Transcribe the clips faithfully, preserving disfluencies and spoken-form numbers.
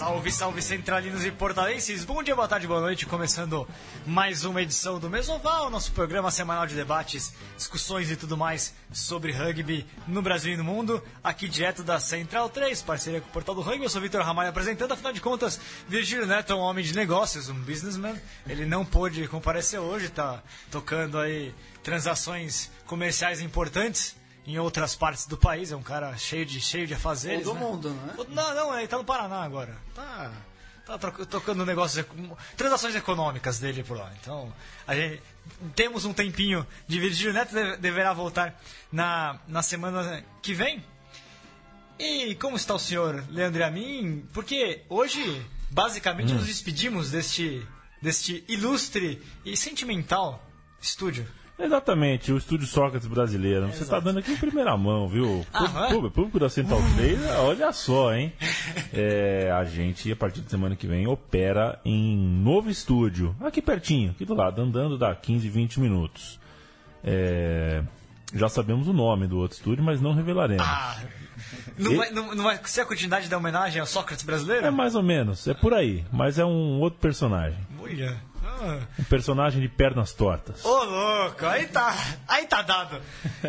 Salve, salve centralinos e portalenses, bom dia, boa tarde, boa noite, começando mais uma edição do Mesoval, nosso programa semanal de debates, discussões e tudo mais sobre rugby no Brasil e no mundo, aqui direto da Central três, parceria com o Portal do Rugby. Eu sou Vitor Ramalho apresentando, afinal de contas, Virgílio Neto é um homem de negócios, um businessman, ele não pôde comparecer hoje, tá tocando aí transações comerciais importantes em outras partes do país, é um cara cheio de, cheio de afazeres. Ou do né? mundo, não é? Não, não, ele tá no Paraná agora. Tá, tá tro- tocando negócios, transações econômicas dele por lá. Então, a gente, temos um tempinho de Virgílio Neto, deve, deverá voltar na, na semana que vem. E como está o senhor Leandro e a mim? Porque hoje, basicamente, hum. nos despedimos deste, deste ilustre e sentimental estúdio. Exatamente, o Estúdio Sócrates brasileiro. Você está dando aqui em primeira mão, viu? Ah, o público, público da Central três, olha só, hein? É, a gente, a partir de semana que vem, opera em novo estúdio, aqui pertinho, aqui do lado, andando dá quinze, vinte minutos. É, já sabemos o nome do outro estúdio, mas não revelaremos. Ah, não, e... vai, não, não vai ser a continuidade da homenagem ao Sócrates brasileiro? É mais ou menos, é por aí, mas é um outro personagem. Olha. Ah. Um personagem de pernas tortas. Ô, louco, aí tá, aí tá dado.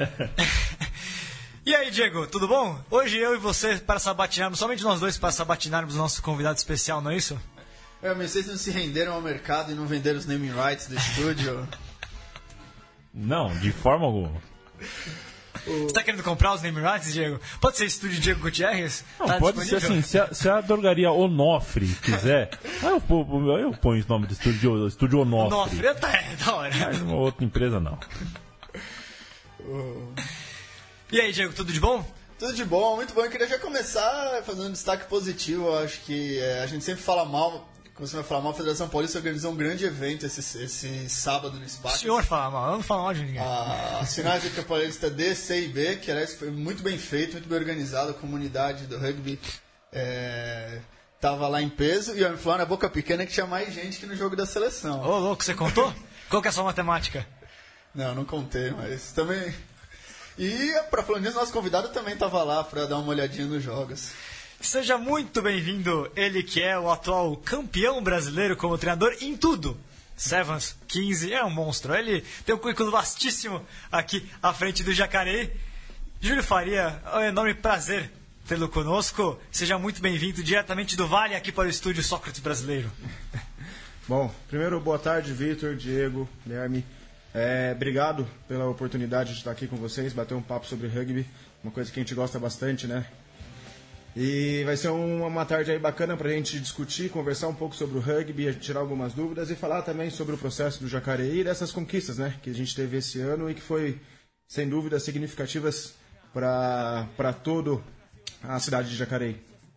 E aí, Diego, tudo bom? Hoje eu e você para sabatinarmos, somente nós dois para sabatinarmos o nosso convidado especial, não é isso? É, mas vocês não se renderam ao mercado e não venderam os naming rights do estúdio? Não, de forma alguma. Você tá querendo comprar os name rights, Diego? Pode ser estúdio Diego Gutierrez? Não, tá pode ser assim, se a, se a drogaria Onofre quiser, aí eu, eu, eu ponho o nome do estúdio, estúdio Onofre. Onofre, tá, é da hora. Mas uma outra empresa não. E aí, Diego, tudo de bom? Tudo de bom, muito bom. Eu queria já começar fazendo um destaque positivo. Eu acho que é, a gente sempre fala mal, quando você vai falar mal, a Federação Paulista organizou um grande evento esse, esse sábado no Espaço. O senhor fala mal, eu não falo mal de ninguém. A, as finais de Paulista D, C e B, que aliás foi muito bem feito, muito bem organizado, a comunidade do rugby é, tava lá em peso, e eu me falando na boca pequena que tinha mais gente que no jogo da seleção. Ô, louco, você contou? Qual que é a sua matemática? Não, não contei, mas também... E, para falar nisso, nosso convidado também tava lá para dar uma olhadinha nos jogos. Seja muito bem-vindo, ele que é o atual campeão brasileiro como treinador em tudo. Sevens, quinze, é um monstro. Ele tem um currículo vastíssimo aqui à frente do Jacareí. Júlio Faria, é um enorme prazer tê-lo conosco. Seja muito bem-vindo diretamente do Vale aqui para o estúdio Sócrates Brasileiro. Bom, primeiro, boa tarde, Vitor, Diego, Guilherme. É, obrigado pela oportunidade de estar aqui com vocês, bater um papo sobre rugby, uma coisa que a gente gosta bastante, né? E vai ser uma tarde aí bacana pra gente discutir, conversar um pouco sobre o rugby, tirar algumas dúvidas e falar também sobre o processo do Jacareí e dessas conquistas, né, que a gente teve esse ano e que foi, sem dúvidas, significativas para toda a cidade de Jacareí.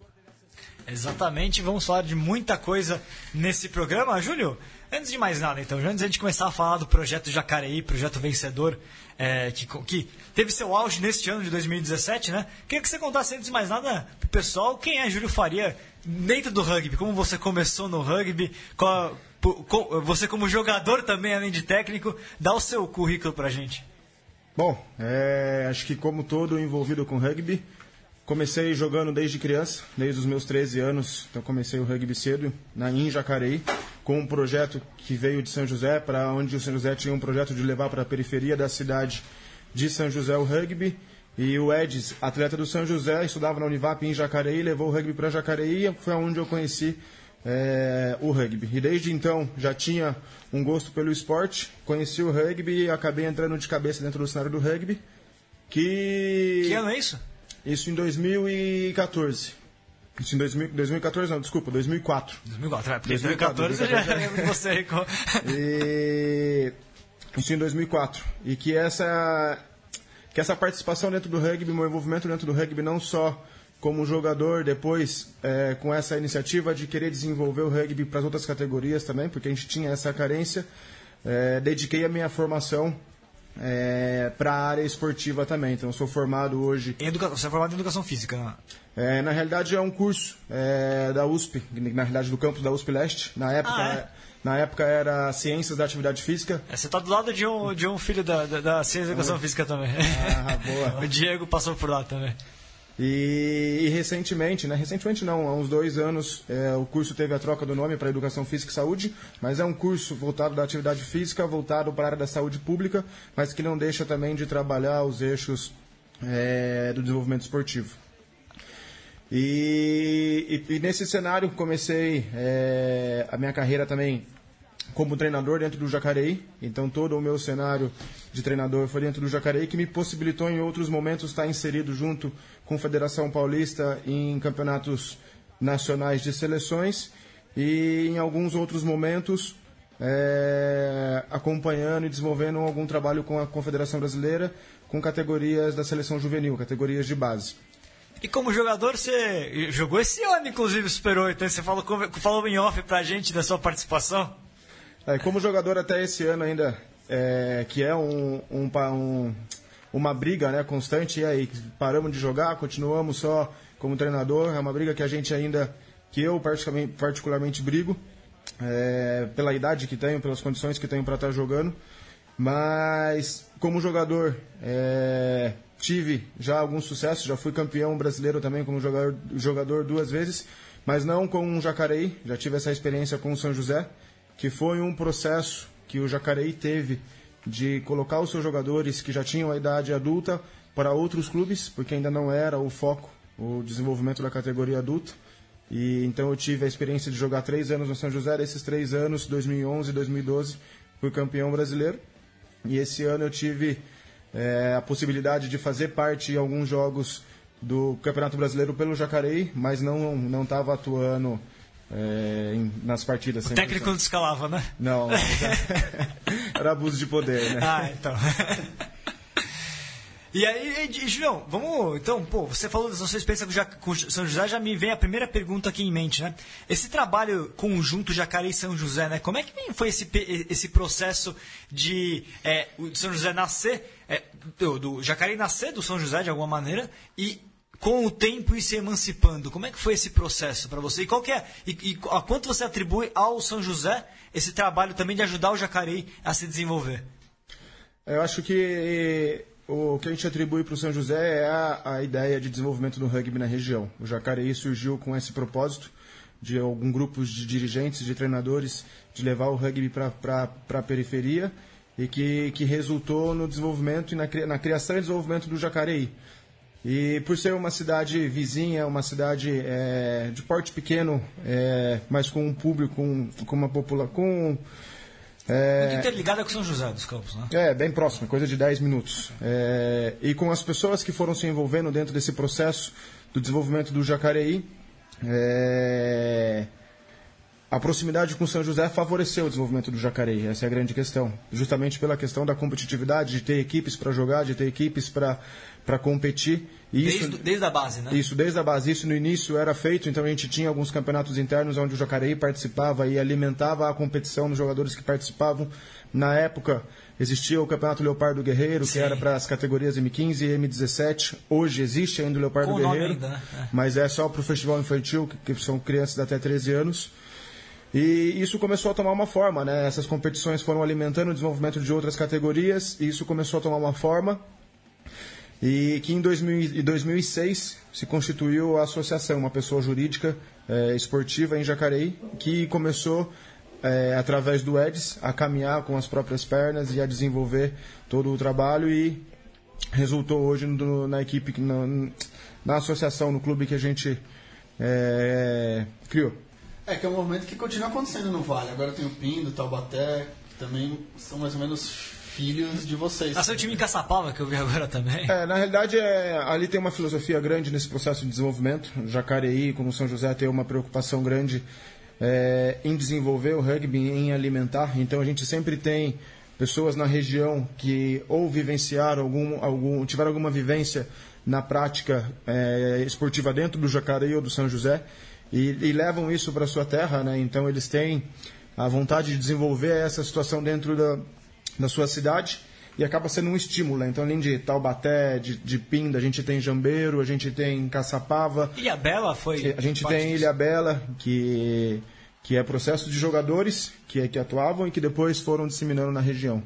Exatamente, vamos falar de muita coisa nesse programa. Júlio, antes de mais nada, então, antes de a gente começar a falar do projeto Jacareí, projeto vencedor, é, que, que teve seu auge neste ano de dois mil e dezessete, né? Queria que você contasse, antes de mais nada, pro pessoal, quem é Júlio Faria dentro do rugby, como você começou no rugby, qual, você como jogador também, além de técnico, dá o seu currículo pra gente. Bom, é, acho que como todo envolvido com rugby, comecei jogando desde criança, desde os meus treze anos, então comecei o rugby cedo, na, em Jacareí, com um projeto que veio de São José, para onde o São José tinha um projeto de levar para a periferia da cidade de São José o rugby, e o Edis, atleta do São José, estudava na Univap em Jacareí, levou o rugby para Jacareí, e foi onde eu conheci é, o rugby. E desde então já tinha um gosto pelo esporte, conheci o rugby e acabei entrando de cabeça dentro do cenário do rugby. Que, que ano é isso? Isso em dois mil e quatorze. Isso em dois mil, dois mil e quatorze, não, desculpa, dois mil e quatro. dois mil e quatro, é, porque dois mil e quatorze, dois mil e quatorze eu já lembro de você. E... Isso em dois mil e quatro. E que essa, que essa participação dentro do rugby, meu envolvimento dentro do rugby, não só como jogador, depois é, com essa iniciativa de querer desenvolver o rugby para as outras categorias também, porque a gente tinha essa carência, é, dediquei a minha formação É, para a área esportiva também. Então, eu sou formado hoje... Em educa... Você é formado em Educação Física, não é? É, na realidade, é um curso é, da U S P, na realidade, do campus da U S P Leste. Na época, ah, é? na época era Ciências da Atividade Física. É, você está do lado de um, de um filho da, da, da Ciência da Educação ah, Física também. Ah, boa. O Diego passou por lá também. E, e recentemente, né? Recentemente não, há uns dois anos, é, o curso teve a troca do nome para Educação Física e Saúde, mas é um curso voltado da atividade física, voltado para a área da saúde pública, mas que não deixa também de trabalhar os eixos é, do desenvolvimento esportivo. E, e, e nesse cenário comecei é, a minha carreira também como treinador dentro do Jacareí, então todo o meu cenário de treinador foi dentro do Jacareí, que me possibilitou em outros momentos estar inserido junto com a Federação Paulista em campeonatos nacionais de seleções e em alguns outros momentos é, acompanhando e desenvolvendo algum trabalho com a Confederação Brasileira com categorias da seleção juvenil, categorias de base. E como jogador, você jogou esse ano, inclusive, o Super oito, você falou, falou em off pra gente da sua participação? É, como jogador até esse ano ainda, é, que é um, um, um, uma briga, né, constante, e aí paramos de jogar, continuamos só como treinador, é uma briga que a gente ainda, que eu particularmente, particularmente brigo, é, pela idade que tenho, pelas condições que tenho para estar jogando, mas como jogador é, tive já alguns sucessos, já fui campeão brasileiro também como jogador, jogador duas vezes, mas não com o Jacareí, já tive essa experiência com o São José, que foi um processo que o Jacareí teve de colocar os seus jogadores que já tinham a idade adulta para outros clubes, porque ainda não era o foco, o desenvolvimento da categoria adulta. E então eu tive a experiência de jogar três anos no São José, desses três anos, dois mil e onze e dois mil e doze, fui campeão brasileiro. E esse ano eu tive é, a possibilidade de fazer parte em alguns jogos do Campeonato Brasileiro pelo Jacareí, mas não não estava atuando É, em, nas partidas. O cem por cento. técnico não descalava, né? Não, era abuso de poder, né? Ah, então. E aí, e, Julião, vamos. Então, pô, você falou da sua experiência com o São José, já me vem a primeira pergunta aqui em mente, né? Esse trabalho conjunto Jacareí e São José, né? Como é que foi esse, esse processo de é, o São José nascer, é, do, do Jacareí nascer do São José de alguma maneira e com o tempo ir se emancipando? Como é que foi esse processo para você? E, qual que é, e, e a quanto você atribui ao São José esse trabalho também de ajudar o Jacareí a se desenvolver? Eu acho que o que a gente atribui para o São José é a, a ideia de desenvolvimento do rugby na região. O Jacareí surgiu com esse propósito de algum grupo de dirigentes, de treinadores, de levar o rugby para a periferia e que, que resultou no desenvolvimento e na, na criação e desenvolvimento do Jacareí. E por ser uma cidade vizinha, uma cidade é, de porte pequeno, é, mas com um público, com, com uma população... É, muito interligada com São José dos Campos, né? É, bem próximo, coisa de dez minutos. É, e com as pessoas que foram se envolvendo dentro desse processo do desenvolvimento do Jacareí, é, a proximidade com São José favoreceu o desenvolvimento do Jacareí, essa é a grande questão. Justamente pela questão da competitividade, de ter equipes para jogar, de ter equipes para para competir. E desde, isso, desde a base, né? Isso, desde a base. Isso no início era feito, então a gente tinha alguns campeonatos internos onde o Jacareí participava e alimentava a competição dos jogadores que participavam. Na época, existia o Campeonato Leopardo Guerreiro, Sim. que era para as categorias M quinze e M dezessete. Hoje existe ainda o Leopardo Com Guerreiro, ainda, né? é. mas é só para o festival infantil, que, que são crianças de até treze anos. E isso começou a tomar uma forma, né? Essas competições foram alimentando o desenvolvimento de outras categorias, e isso começou a tomar uma forma. E que em dois mil e seis se constituiu a associação, uma pessoa jurídica é, esportiva em Jacareí, que começou, é, através do E D S, a caminhar com as próprias pernas e a desenvolver todo o trabalho e resultou hoje no, na equipe, na, na associação, no clube que a gente é, criou. É que é um movimento que continua acontecendo no Vale. Agora tem o Pindo, Taubaté, que também são mais ou menos filhos de vocês. Ah, seu time em Caçapava, que eu vi agora também. É, na realidade, é, ali tem uma filosofia grande nesse processo de desenvolvimento. Jacareí, como São José, tem uma preocupação grande é, em desenvolver o rugby, em alimentar. Então a gente sempre tem pessoas na região que ou vivenciaram, algum, algum, tiveram alguma vivência na prática é, esportiva dentro do Jacareí ou do São José e, e levam isso para a sua terra, né? Então eles têm a vontade de desenvolver essa situação dentro da na sua cidade e acaba sendo um estímulo, né? Então, além de Taubaté, de, de Pinda, a gente tem Jambeiro, a gente tem Caçapava. Ilhabela foi... A gente tem Ilhabela, que, que é processo de jogadores que, que atuavam e que depois foram disseminando na região.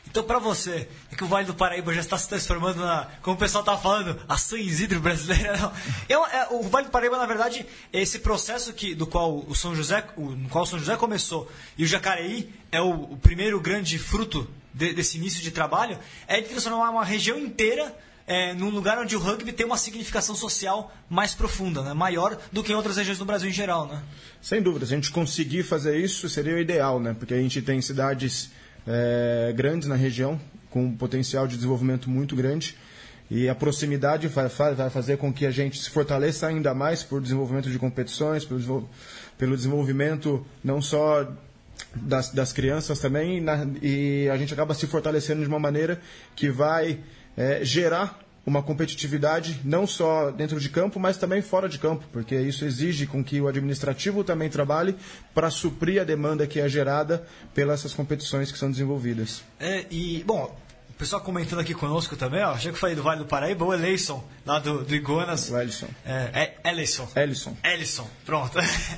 Então, para você, é que o Vale do Paraíba já está se transformando na, como o pessoal estava falando, a São Isidro brasileira. Não. Eu, é, o Vale do Paraíba, na verdade, é esse processo que, do qual o São José, o, no qual o São José começou, e o Jacareí é o, o primeiro grande fruto de, desse início de trabalho, é de transformar uma região inteira é, num lugar onde o rugby tem uma significação social mais profunda, né? Maior do que em outras regiões do Brasil em geral, né? Sem dúvida, se a gente conseguir fazer isso, seria o ideal, né? Porque a gente tem cidades É, grandes na região, com um potencial de desenvolvimento muito grande, e a proximidade vai, vai fazer com que a gente se fortaleça ainda mais por desenvolvimento de competições, pelo, pelo desenvolvimento não só das, das crianças também, na, e a gente acaba se fortalecendo de uma maneira que vai é, gerar uma competitividade não só dentro de campo, mas também fora de campo, porque isso exige com que o administrativo também trabalhe para suprir a demanda que é gerada pelas essas competições que são desenvolvidas. É, e, bom, o pessoal comentando aqui conosco também, ó, já que eu falei do Vale do Paraíba, o Eleison, lá do, do Iguanas. O Ellison. É, é Ellison. Ellison. Ellison, pronto.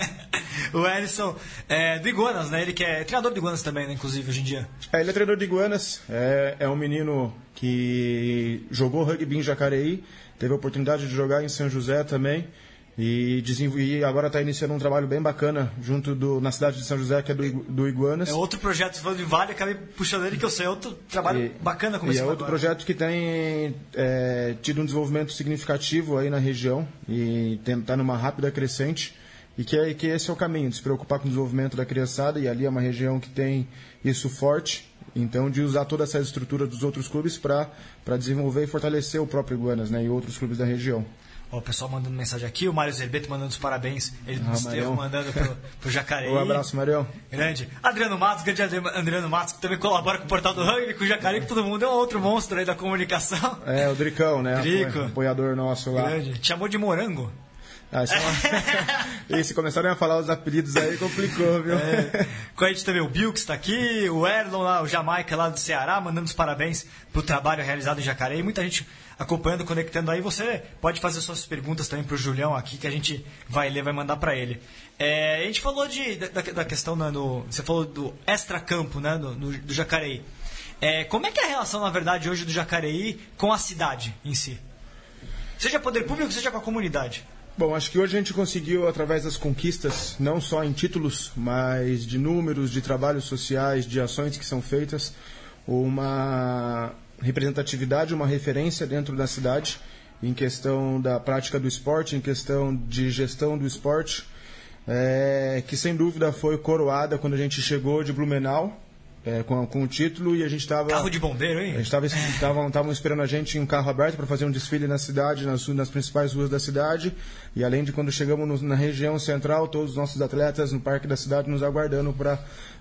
O Ellison é, do Iguanas, né? Ele que é treinador do Iguanas também, né? Inclusive, hoje em dia. É, ele é treinador de Iguanas, é, é um menino que jogou rugby em Jacareí, teve a oportunidade de jogar em São José também, e, e agora está iniciando um trabalho bem bacana junto do, na cidade de São José, que é do, do Iguanas. É outro projeto, falando de Vale, acabei puxando ele, que eu sei, é outro trabalho e, bacana como E esse é outro agora. projeto que tem é, tido um desenvolvimento significativo aí na região e está numa rápida crescente, e que, é, que esse é o caminho, de se preocupar com o desenvolvimento da criançada, e ali é uma região que tem isso forte. Então, de usar toda essa estrutura dos outros clubes para desenvolver e fortalecer o próprio Iguanas, né, e outros clubes da região. Ó, o pessoal mandando mensagem aqui, o Mário Zerbeto mandando os parabéns, ele Ah, nos teve Marião. mandando pro, pro Jacareí. Um abraço, Marião. Grande. Adriano Matos, grande Adriano Matos, que também colabora com o Portal do Rugby, com o Jacareí, com todo mundo. É um outro monstro aí da comunicação. É, o Dricão, né? Drico. Apoiador nosso lá. Grande. Te chamou de morango? Ah, isso é uma... E se começarem a falar os apelidos aí, complicou, viu? É. Com a gente também o Bill, que está aqui, o Erlon, lá, o Jamaica lá do Ceará, mandando os parabéns pro trabalho realizado em Jacareí. Muita gente acompanhando, conectando aí. Você pode fazer suas perguntas também pro Julião aqui, que a gente vai ler, vai mandar para ele. É, a gente falou de, da, da questão, né, no, você falou do extracampo, né, no, no, do Jacareí. É, como é que é a relação, na verdade, hoje do Jacareí com a cidade em si? Seja poder público, seja com a comunidade. Bom, acho que hoje a gente conseguiu, através das conquistas, não só em títulos, mas de números, de trabalhos sociais, de ações que são feitas, uma representatividade, uma referência dentro da cidade, em questão da prática do esporte, em questão de gestão do esporte, é, que sem dúvida foi coroada quando a gente chegou de Blumenau, É, com, com o título, e a gente estava... Carro de bombeiro, hein? A gente estava estavam esperando a gente em um carro aberto para fazer um desfile na cidade, nas, nas principais ruas da cidade, e além de quando chegamos no, na região central, todos os nossos atletas no parque da cidade nos aguardando para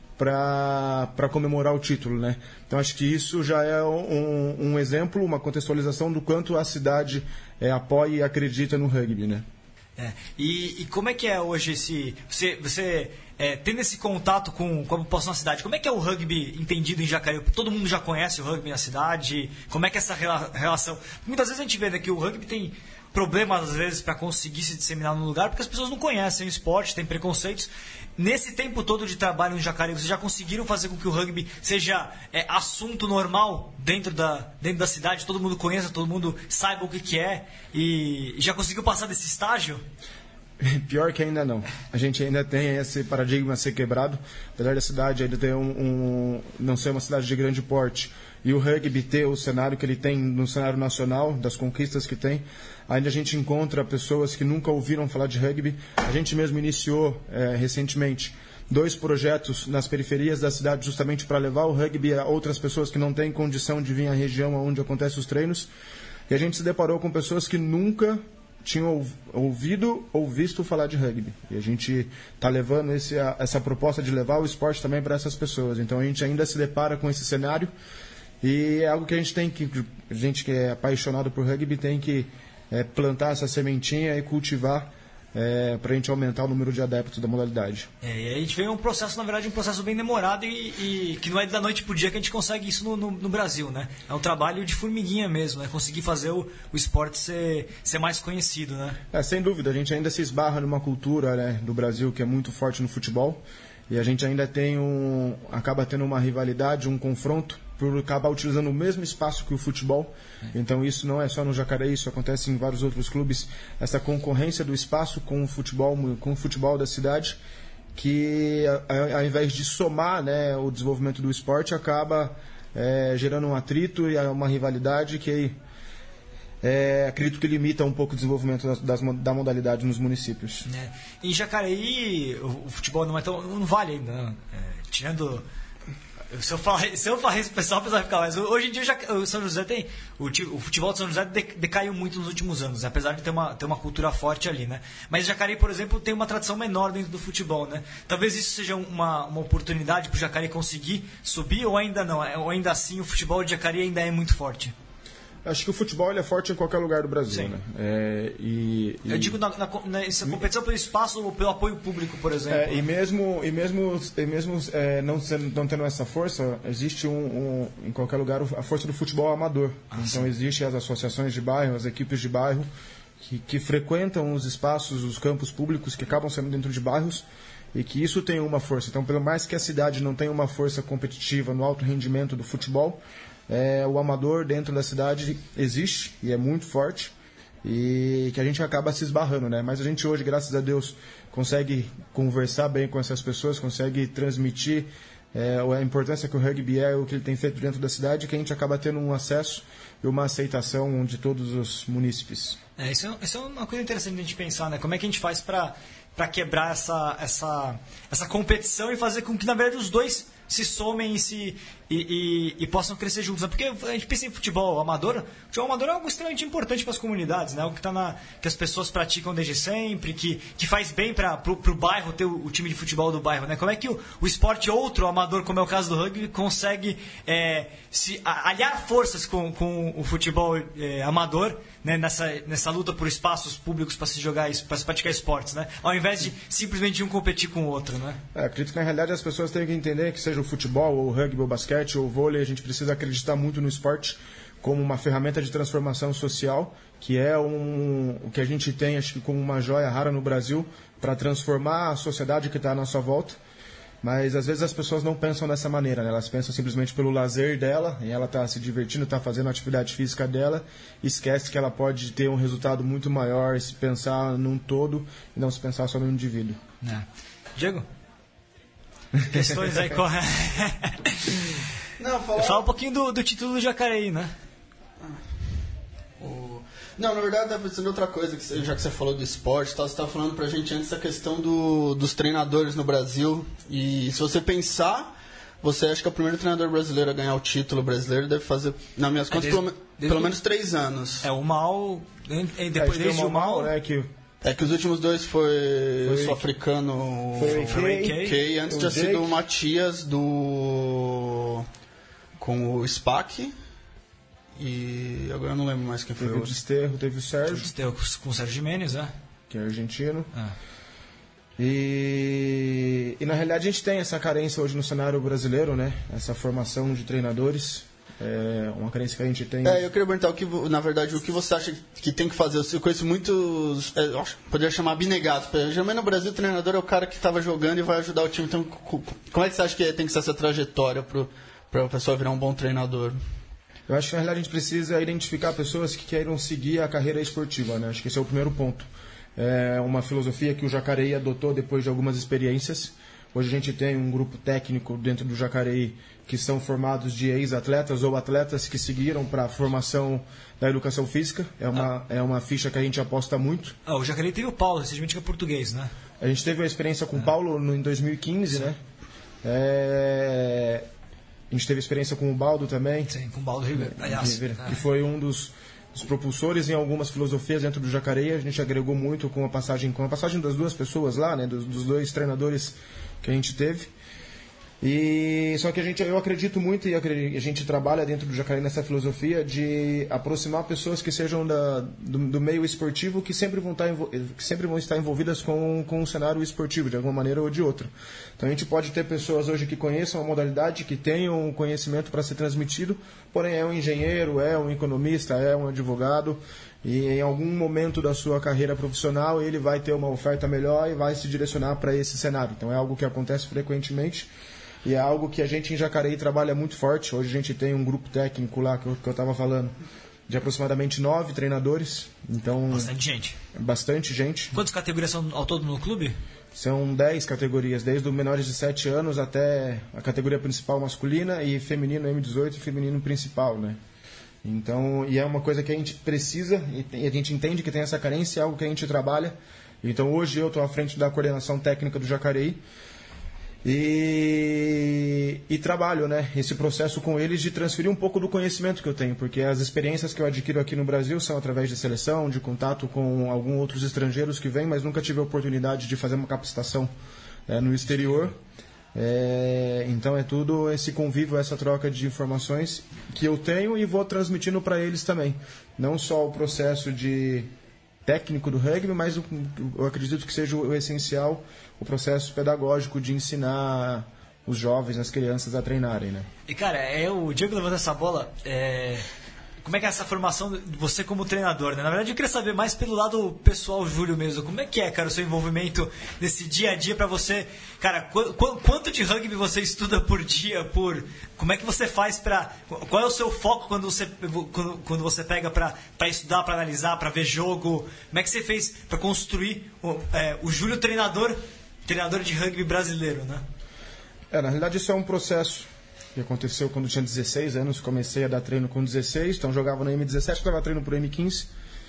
para comemorar o título, né? Então acho que isso já é um, um exemplo, uma contextualização do quanto a cidade é, apoia e acredita no rugby, né? É. E, e como é que é hoje esse... Você, você é, tendo esse contato com, com a população na cidade, como é que é o rugby entendido em Jacareí? Todo mundo já conhece o rugby na cidade? Como é que é essa rela, relação? Muitas vezes a gente vê, né, que o rugby tem problemas, às vezes, para conseguir se disseminar no lugar, porque as pessoas não conhecem o esporte, têm preconceitos. Nesse tempo todo de trabalho em Jacareí, vocês já conseguiram fazer com que o rugby seja é, assunto normal dentro da, dentro da cidade? Todo mundo conheça, todo mundo saiba o que, que é? E já conseguiu passar desse estágio? Pior que ainda não. A gente ainda tem esse paradigma a ser quebrado. Apesar da cidade ainda ter um, um, não ser uma cidade de grande porte, e o rugby ter o cenário que ele tem no cenário nacional, das conquistas que tem, ainda a gente encontra pessoas que nunca ouviram falar de rugby. A gente mesmo iniciou é, recentemente dois projetos nas periferias da cidade justamente para levar o rugby a outras pessoas que não têm condição de vir à região onde acontecem os treinos. E a gente se deparou com pessoas que nunca tinham ouvido ou visto falar de rugby. E a gente está levando esse, a, essa proposta de levar o esporte também para essas pessoas. Então a gente ainda se depara com esse cenário, e é algo que a gente tem que, a gente que é apaixonado por rugby tem que é, plantar essa sementinha e cultivar é, para a gente aumentar o número de adeptos da modalidade. É, e a gente vê um processo, na verdade, um processo bem demorado e, e que não é da noite pro dia que a gente consegue isso no, no, no Brasil, né? É um trabalho de formiguinha mesmo, né? Conseguir fazer o, o esporte ser, ser mais conhecido, né? É, sem dúvida, a gente ainda se esbarra numa cultura, né, do Brasil que é muito forte no futebol, e a gente ainda tem um, acaba tendo uma rivalidade, um confronto, por acabar utilizando o mesmo espaço que o futebol. Então isso não é só no Jacareí, isso acontece em vários outros clubes, essa concorrência do espaço com o futebol, com o futebol da cidade, que ao invés de somar, né, o desenvolvimento do esporte, acaba é, gerando um atrito e uma rivalidade que É, acredito que limita um pouco o desenvolvimento das, das, da modalidade nos municípios. É. Em Jacareí, o, o futebol não é tão. Não vale ainda. Não. É, tirando. Se eu falar, se eu falar isso, o pessoal vai ficar mais. Hoje em dia, já, o São José tem. O, o futebol de São José decaiu muito nos últimos anos, apesar de ter uma, ter uma cultura forte ali, né? Mas Jacareí, por exemplo, tem uma tradição menor dentro do futebol, né? Talvez isso seja uma, uma oportunidade para o Jacareí conseguir subir, ou ainda não? Ou ainda assim, o futebol de Jacareí ainda é muito forte? Acho que o futebol ele é forte em qualquer lugar do Brasil, né? É, e, e... Eu digo na, na, nessa competição pelo espaço ou pelo apoio público, por exemplo. É, e mesmo, e mesmo, e mesmo é, não, sendo, não tendo essa força, existe um, um, em qualquer lugar a força do futebol amador. Ah, então sim. Existem as associações de bairro, as equipes de bairro que, que frequentam os espaços, os campos públicos que acabam sendo dentro de bairros, e que isso tem uma força. Então, pelo mais que a cidade não tenha uma força competitiva no alto rendimento do futebol, É, o amador dentro da cidade existe e é muito forte, e que a gente acaba se esbarrando, né? Mas a gente hoje, graças a Deus, consegue conversar bem com essas pessoas, consegue transmitir é, a importância que o rugby é, o que ele tem feito dentro da cidade, que a gente acaba tendo um acesso e uma aceitação de todos os munícipes. É, isso, é, isso é uma coisa interessante de a gente pensar, né? Como é que a gente faz para para quebrar essa, essa, essa competição e fazer com que, na verdade, os dois se somem e, se, e, e, e possam crescer juntos. Né? Porque a gente pensa em futebol amador, o futebol amador é algo extremamente importante para as comunidades, né? Algo que, tá na, que as pessoas praticam desde sempre, que, que faz bem para o bairro ter o, o time de futebol do bairro. Né? Como é que o, o esporte outro amador, como é o caso do rugby, consegue é, se a, aliar forças com, com o futebol é, amador, né? nessa, nessa luta por espaços públicos para se jogar, para se praticar esportes, né? Ao invés de simplesmente um competir com o outro, né? É, acredito que na realidade as pessoas têm que entender que seja o futebol, ou o rugby, ou o basquete, ou o vôlei, a gente precisa acreditar muito no esporte como uma ferramenta de transformação social, que é um, o que a gente tem, acho que como uma joia rara no Brasil, para transformar a sociedade que está à nossa volta. Mas às vezes as pessoas não pensam dessa maneira, né? Elas pensam simplesmente pelo lazer dela, e ela está se divertindo, está fazendo a atividade física dela, e esquece que ela pode ter um resultado muito maior se pensar num todo e não se pensar só no indivíduo. É. Diego? Questões aí correm. Não, falar... Fala um pouquinho do, do título do Jacareí, né? O... Não, na verdade, tá pensando em outra coisa, que já que você falou do esporte, tá, você estava falando pra gente antes da questão do, dos treinadores no Brasil. E se você pensar, você acha que é o primeiro treinador brasileiro a ganhar o título brasileiro deve fazer, nas minhas contas, é desde, pelo, desde pelo menos três anos. É o Mal. Depois é, desde o Mal, né? Que... É que os últimos dois foi, foi o sul-africano Kay, antes tinha sido o Matias do com o SPAC, e agora eu não lembro mais quem foi. Teve o Desterro, teve o Sérgio. O Desterro com o Sérgio Jimenez, né? Que é argentino. Ah. E, e na realidade a gente tem essa carência hoje no cenário brasileiro, né? Essa formação de treinadores. É uma carência que a gente tem. É, eu queria perguntar, o que, na verdade, o que você acha que tem que fazer? Eu conheço muitos, é, eu acho, poderia chamar abnegados. Geralmente no Brasil o treinador é o cara que estava jogando e vai ajudar o time. Então, como é que você acha que tem que ser essa trajetória para a pessoa virar um bom treinador? Eu acho que na realidade a gente precisa identificar pessoas que queiram seguir a carreira esportiva, né? Acho que esse é o primeiro ponto. É uma filosofia que o Jacareí adotou depois de algumas experiências. Hoje a gente tem um grupo técnico dentro do Jacareí que são formados de ex-atletas ou atletas que seguiram para a formação da educação física. É uma, ah. é uma ficha que a gente aposta muito. Ah, o Jacareí teve o Paulo, recentemente, que é português, né? A gente teve a experiência com o ah. Paulo no, em dois mil e quinze, Sim. né? É... A gente teve experiência com o Baldo também. Sim, com o Baldo Ribeiro. Aliás, que ah. foi um dos, dos propulsores em algumas filosofias dentro do Jacareí. A gente agregou muito com a passagem, com a passagem das duas pessoas lá, né? Dos, dos dois treinadores que a gente teve. E só que a gente, eu acredito muito, e a gente trabalha dentro do Jacareí nessa filosofia de aproximar pessoas que sejam da, do, do meio esportivo, que sempre vão estar, que sempre vão estar envolvidas com, com o cenário esportivo, de alguma maneira ou de outra. Então a gente pode ter pessoas hoje que conheçam a modalidade, que tenham um conhecimento para ser transmitido, porém é um engenheiro, é um economista, é um advogado, e em algum momento da sua carreira profissional ele vai ter uma oferta melhor e vai se direcionar para esse cenário. Então é algo que acontece frequentemente e é algo que a gente em Jacareí trabalha muito forte. Hoje a gente tem um grupo técnico lá, que eu estava falando, de aproximadamente nove treinadores. Então, bastante gente. Bastante gente. Quantas categorias são ao todo no clube? São dez categorias, desde os menores de sete anos até a categoria principal masculina e feminino M dezoito e feminino principal, né? Então, e é uma coisa que a gente precisa e a gente entende que tem essa carência, é algo que a gente trabalha. Então, hoje eu estou à frente da coordenação técnica do Jacareí e, e trabalho, né, esse processo com eles de transferir um pouco do conhecimento que eu tenho, porque as experiências que eu adquiro aqui no Brasil são através de seleção, de contato com alguns outros estrangeiros que vêm, mas nunca tive a oportunidade de fazer uma capacitação é, no exterior. É, então é tudo esse convívio, essa troca de informações que eu tenho e vou transmitindo para eles também. Não só o processo de técnico do rugby, mas eu, eu acredito que seja o essencial, o processo pedagógico de ensinar os jovens, as crianças a treinarem, né? E cara, é, o Diego levanta essa bola, é... como é que é essa formação de você como treinador, né? Na verdade eu queria saber mais pelo lado pessoal, Júlio mesmo, como é que é, cara, o seu envolvimento nesse dia a dia pra você, cara, qu- qu- quanto de rugby você estuda por dia, por... como é que você faz pra... qual é o seu foco quando você, quando, quando você pega pra, pra estudar, pra analisar, pra ver jogo, como é que você fez pra construir o, é, o Júlio treinador, treinador de rugby brasileiro, né? É, na realidade isso é um processo que aconteceu quando eu tinha dezesseis anos, comecei a dar treino com dezesseis, então jogava no M dezessete, dava treino pro M quinze.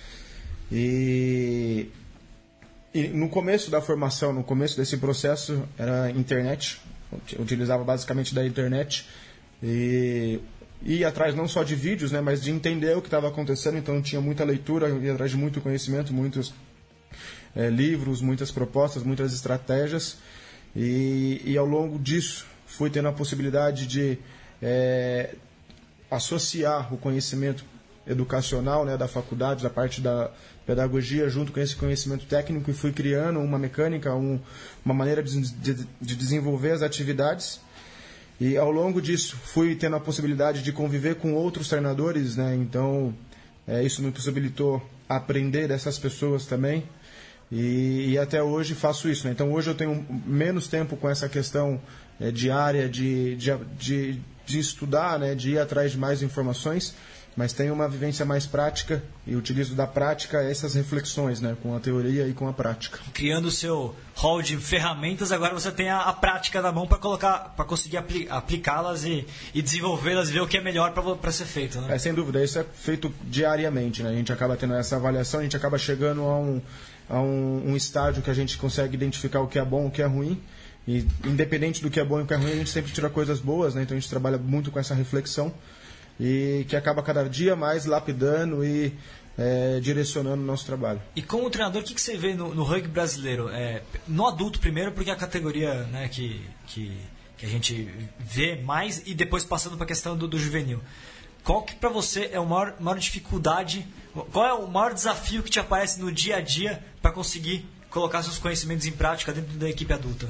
E, e no começo da formação, no começo desse processo, era internet, eu utilizava basicamente da internet e ia atrás não só de vídeos, né, mas de entender o que estava acontecendo, então tinha muita leitura, ia atrás de muito conhecimento, muitos é, livros, muitas propostas, muitas estratégias, e, e ao longo disso fui tendo a possibilidade de é, associar o conhecimento educacional, né, da faculdade, da parte da pedagogia, junto com esse conhecimento técnico, e fui criando uma mecânica, um, uma maneira de, de, de desenvolver as atividades. E ao longo disso fui tendo a possibilidade de conviver com outros treinadores, né, então é, isso me possibilitou aprender dessas pessoas também. E, e até hoje faço isso, né? Então hoje eu tenho menos tempo com essa questão é, diária de, de, de, de estudar, né? De ir atrás de mais informações, mas tenho uma vivência mais prática e utilizo da prática essas reflexões, né? Com a teoria e com a prática. Criando o seu hall de ferramentas, agora você tem a, a prática na mão para colocar, para conseguir apli- aplicá-las e, e desenvolvê-las, ver o que é melhor para ser feito, né? É, sem dúvida, isso é feito diariamente, né? A gente acaba tendo essa avaliação, a gente acaba chegando a um a um, um estágio que a gente consegue identificar o que é bom, o que é ruim, e independente do que é bom e o que é ruim, a gente sempre tira coisas boas, né? Então a gente trabalha muito com essa reflexão e que acaba cada dia mais lapidando e é, direcionando o nosso trabalho. E como treinador, o que, que você vê no, no rugby brasileiro? É, no adulto primeiro, porque é a categoria, né, que, que, que a gente vê mais, e depois passando para a questão do, do juvenil. Qual que para você é a maior, maior dificuldade, qual é o maior desafio que te aparece no dia a dia para conseguir colocar seus conhecimentos em prática dentro da equipe adulta?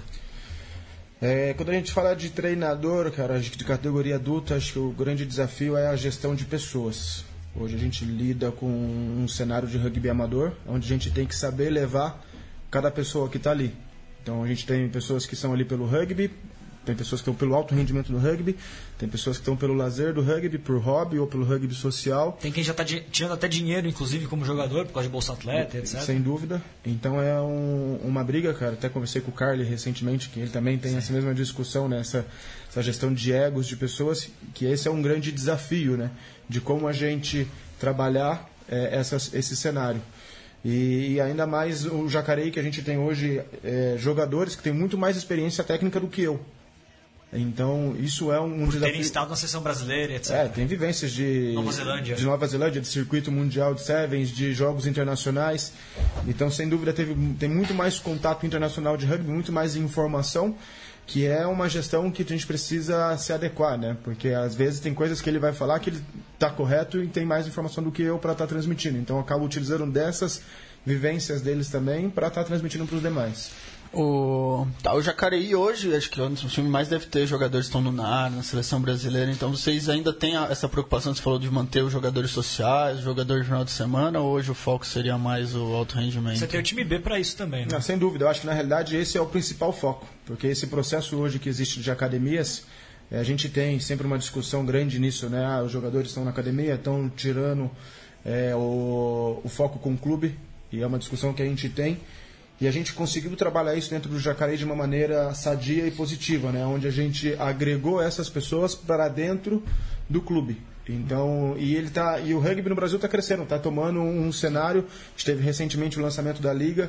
É, quando a gente fala de treinador, cara, de categoria adulta, acho que o grande desafio é a gestão de pessoas. Hoje a gente lida com um cenário de rugby amador, onde a gente tem que saber levar cada pessoa que está ali. Então a gente tem pessoas que são ali pelo rugby, tem pessoas que estão pelo alto rendimento do rugby, tem pessoas que estão pelo lazer do rugby, por hobby ou pelo rugby social. Tem quem já está tirando até dinheiro, inclusive, como jogador, por causa de Bolsa Atleta, etcétera. Sem dúvida. Então é um, uma briga, cara. Até conversei com o Carly recentemente, que ele também tem Sim. essa mesma discussão, né? essa, essa gestão de egos de pessoas, que esse é um grande desafio, né? De como a gente trabalhar é, essas, esse cenário. E, e ainda mais o Jacareí, que a gente tem hoje é, jogadores que têm muito mais experiência técnica do que eu. Então, isso é um Por desafio. terem estado na seleção brasileira, etcétera. É, tem vivências de Nova Zelândia. de Nova Zelândia, de circuito mundial de sevens, de jogos internacionais. Então, sem dúvida, teve, tem muito mais contato internacional de rugby, muito mais informação, que é uma gestão que a gente precisa se adequar, né? Porque às vezes tem coisas que ele vai falar que ele está correto e tem mais informação do que eu para estar tá transmitindo. Então, eu acabo utilizando dessas vivências deles também para estar tá transmitindo para os demais. O, tá, o Jacareí hoje, acho que o time mais deve ter jogadores que estão no N A R, na seleção brasileira, então vocês ainda têm a, essa preocupação, você falou de manter os jogadores sociais, jogadores de final de semana, ou hoje o foco seria mais o alto rendimento? Você tem o time B para isso também, né? Não, sem dúvida, eu acho que na realidade esse é o principal foco, porque esse processo hoje que existe de academias, a gente tem sempre uma discussão grande nisso, né? Ah, os jogadores estão na academia, estão tirando é, o, o foco com o clube, e é uma discussão que a gente tem. E a gente conseguiu trabalhar isso dentro do Jacareí de uma maneira sadia e positiva, né? Onde a gente agregou essas pessoas para dentro do clube. Então, e ele tá, e o rugby no Brasil está crescendo, está tomando um, um cenário. Teve recentemente o lançamento da liga,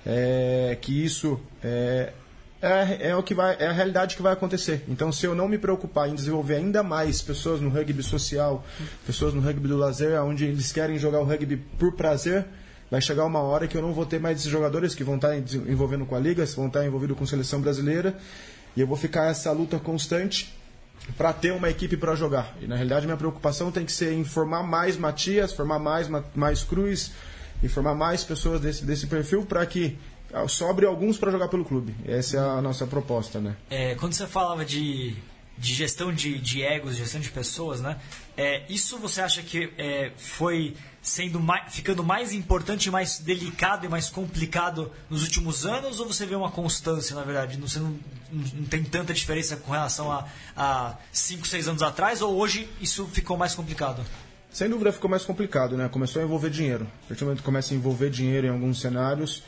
é, que isso é, é, é o que vai, é a realidade que vai acontecer. Então, se eu não me preocupar em desenvolver ainda mais pessoas no rugby social, pessoas no rugby do lazer, onde eles querem jogar o rugby por prazer, vai chegar uma hora que eu não vou ter mais esses jogadores que vão estar envolvendo com a liga, vão estar envolvidos com a seleção brasileira, e eu vou ficar essa luta constante para ter uma equipe para jogar. E na realidade minha preocupação tem que ser em formar mais Matias, formar mais, mais Cruz, e formar mais pessoas desse, desse perfil para que sobre alguns para jogar pelo clube. Essa é a nossa proposta, né? É, quando você falava de, de gestão de, de egos, gestão de pessoas, né? É, isso você acha que é, foi sendo mais, ficando mais importante, mais delicado e mais complicado nos últimos anos, ou você vê uma constância, na verdade? Você não, não tem tanta diferença com relação a cinco, seis anos atrás, ou hoje isso ficou mais complicado? Sem dúvida ficou mais complicado, né? Começou a envolver dinheiro. A partir do momento que começa a envolver dinheiro em alguns cenários,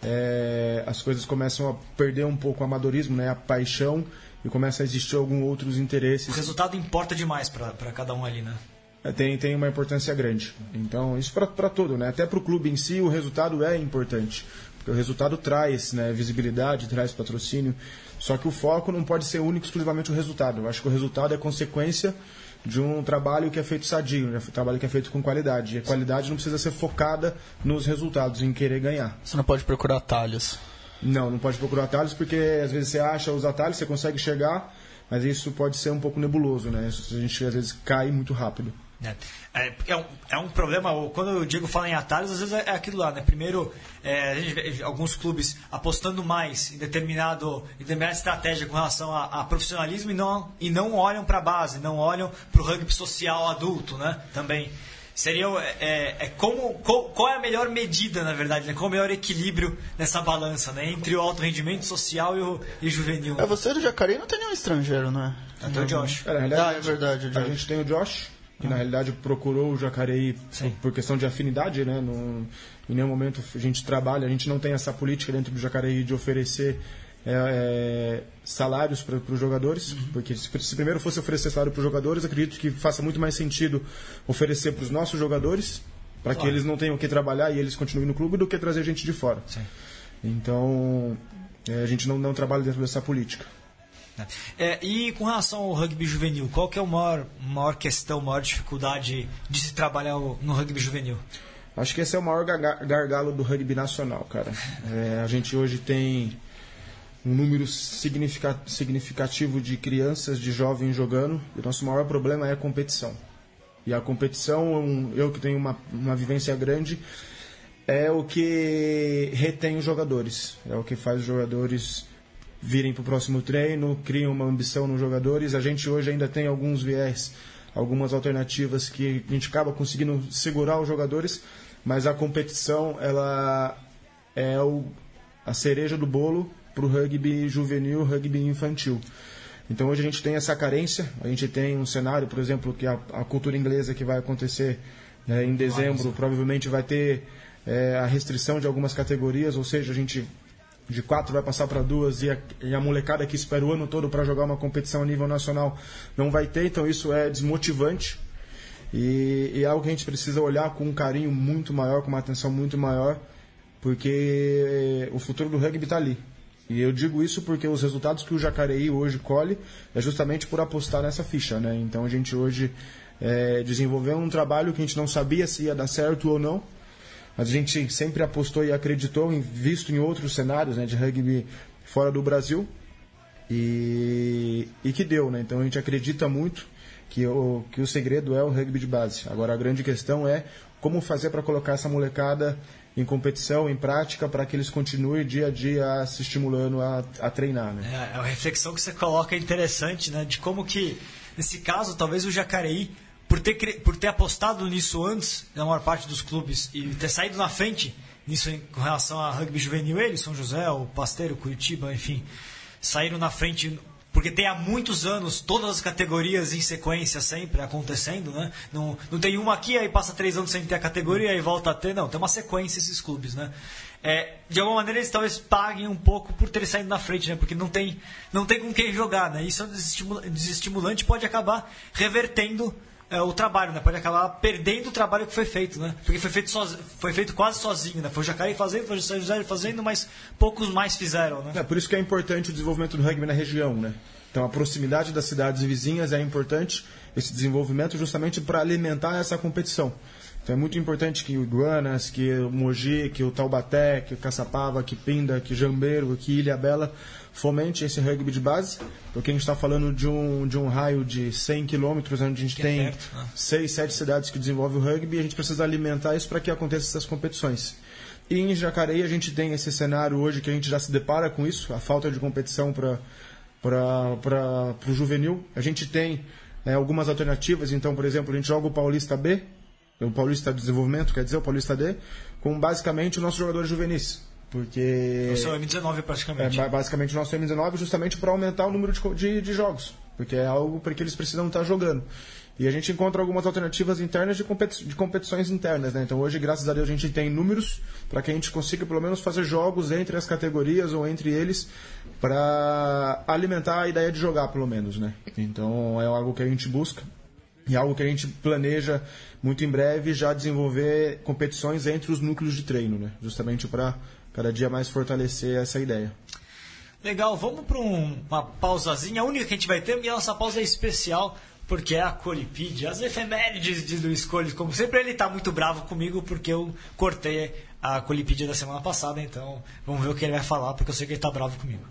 é, as coisas começam a perder um pouco o amadorismo, né? A paixão, e começa a existir alguns outros interesses. O resultado importa demais para cada um ali, né? Tem, tem uma importância grande. Então, isso para tudo, né? Até para o clube em si, o resultado é importante. Porque o resultado traz, né, visibilidade, traz patrocínio. Só que o foco não pode ser único exclusivamente o resultado. Eu acho que o resultado é consequência de um trabalho que é feito sadio, né? Um trabalho que é feito com qualidade. E a qualidade não precisa ser focada nos resultados, em querer ganhar. Você não pode procurar atalhos. Não, não pode procurar atalhos, porque às vezes você acha os atalhos, você consegue chegar, mas isso pode ser um pouco nebuloso, né? A gente às vezes cai muito rápido. É, é, um, é um problema, quando o Diego fala em atalhos, às vezes é, é aquilo lá, né? Primeiro, é, a gente vê alguns clubes apostando mais em, determinado, em determinada estratégia com relação a, a profissionalismo e não, e não olham para a base, não olham para o rugby social adulto, né? Também. Seria é, é como, qual, qual é a melhor medida, na verdade, né? Qual é o melhor equilíbrio nessa balança, né? Entre o alto rendimento social e o, e o juvenil. É, você do Jacareí não tem nenhum estrangeiro, né? Até o Josh. É, na ah, é verdade. O Josh. A gente tem o Josh, que na realidade procurou o Jacareí por, por questão de afinidade, né? No, em nenhum momento a gente trabalha, a gente não tem essa política dentro do Jacareí de oferecer é, é, salários para os jogadores, uhum. Porque se, se primeiro fosse oferecer salário para os jogadores, acredito que faça muito mais sentido oferecer para os nossos jogadores, para claro. Que eles não tenham que trabalhar e eles continuem no clube, do que trazer gente de fora. Sim. Então, é, a gente não, não trabalha dentro dessa política. É, e com relação ao rugby juvenil, qual que é a maior, maior questão, a maior dificuldade de se trabalhar no rugby juvenil? Acho que esse é o maior gargalo do rugby nacional, cara. É, a gente hoje tem um número significativo de crianças, de jovens jogando, e o nosso maior problema é a competição. E a competição, eu que tenho uma, uma vivência grande, é o que retém os jogadores, é o que faz os jogadores virem para o próximo treino, criam uma ambição nos jogadores. A gente hoje ainda tem alguns viés, algumas alternativas que a gente acaba conseguindo segurar os jogadores, mas a competição ela é o, a cereja do bolo para o rugby juvenil, rugby infantil. Então hoje a gente tem essa carência, a gente tem um cenário, por exemplo, que a, a cultura inglesa que vai acontecer é, em dezembro, Nossa. Provavelmente vai ter é, a restrição de algumas categorias, ou seja, a gente de quatro vai passar para duas e a, e a molecada que espera o ano todo para jogar uma competição a nível nacional não vai ter, então isso é desmotivante e, e é algo que a gente precisa olhar com um carinho muito maior, com uma atenção muito maior, porque o futuro do rugby está ali. E eu digo isso porque os resultados que o Jacareí hoje colhe é justamente por apostar nessa ficha, né? Então a gente hoje é, desenvolveu um trabalho que a gente não sabia se ia dar certo ou não, mas a gente sempre apostou e acreditou, em, visto em outros cenários, né, de rugby fora do Brasil, e, e que deu, né? Então a gente acredita muito que o, que o segredo é o rugby de base. Agora a grande questão é como fazer para colocar essa molecada em competição, em prática, para que eles continuem dia a dia se estimulando a, a treinar. Né? É, a reflexão que você coloca é interessante, né? De como que, nesse caso, talvez o Jacareí, por ter, por ter apostado nisso antes, na maior parte dos clubes, e ter saído na frente nisso em, com relação a rugby juvenil, ele, São José, o Pasteiro, Curitiba, enfim, saíram na frente... Porque tem há muitos anos todas as categorias em sequência sempre acontecendo, né? Não, não tem uma aqui, aí passa três anos sem ter a categoria, aí volta a ter. Não, tem uma sequência esses clubes, né? É, de alguma maneira eles talvez paguem um pouco por terem saído na frente, né? Porque não tem, não tem com quem jogar, né? Isso é um desestimulante, pode acabar revertendo é, o trabalho, né? Pode acabar perdendo o trabalho que foi feito, né? Porque foi feito, soz... foi feito quase sozinho, né? Foi o Jacareí fazendo, foi o São José fazendo, mas poucos mais fizeram, né? É por isso que é importante o desenvolvimento do rugby na região, né? Então a proximidade das cidades vizinhas é importante, esse desenvolvimento justamente para alimentar essa competição. Então é muito importante que o Iguanas, que o Mogi, que o Taubaté, que o Caçapava, que Pinda, que Jambeiro, que Ilhabela fomente esse rugby de base, porque a gente está falando de um, de um raio de cem quilômetros, onde a gente que tem é perto, né? seis, sete cidades que desenvolvem o rugby, e a gente precisa alimentar isso para que aconteçam essas competições. E em Jacareí a gente tem esse cenário hoje que a gente já se depara com isso, a falta de competição para para o juvenil. A gente tem é, algumas alternativas, então, por exemplo, a gente joga o Paulista B, o Paulista de Desenvolvimento, quer dizer, o Paulista D, com basicamente os nossos jogadores juvenis. Porque... O seu M dezenove praticamente. É basicamente o nosso M dezenove justamente para aumentar o número de, de, de jogos, porque é algo para que eles precisam estar jogando. E a gente encontra algumas alternativas internas de, competi de competições internas, né? Então hoje, graças a Deus, a gente tem números para que a gente consiga pelo menos fazer jogos entre as categorias ou entre eles para alimentar a ideia de jogar, pelo menos, né? Então é algo que a gente busca e algo que a gente planeja muito em breve já desenvolver competições entre os núcleos de treino, né? Justamente para cada dia mais fortalecer essa ideia. Legal, vamos para um, uma pausazinha, a única que a gente vai ter, e a nossa pausa é especial, porque é a Colipídia, as efemérides de Luiz Coles. Como sempre, ele está muito bravo comigo porque eu cortei a Colipídia da semana passada, então vamos ver o que ele vai falar, porque eu sei que ele está bravo comigo.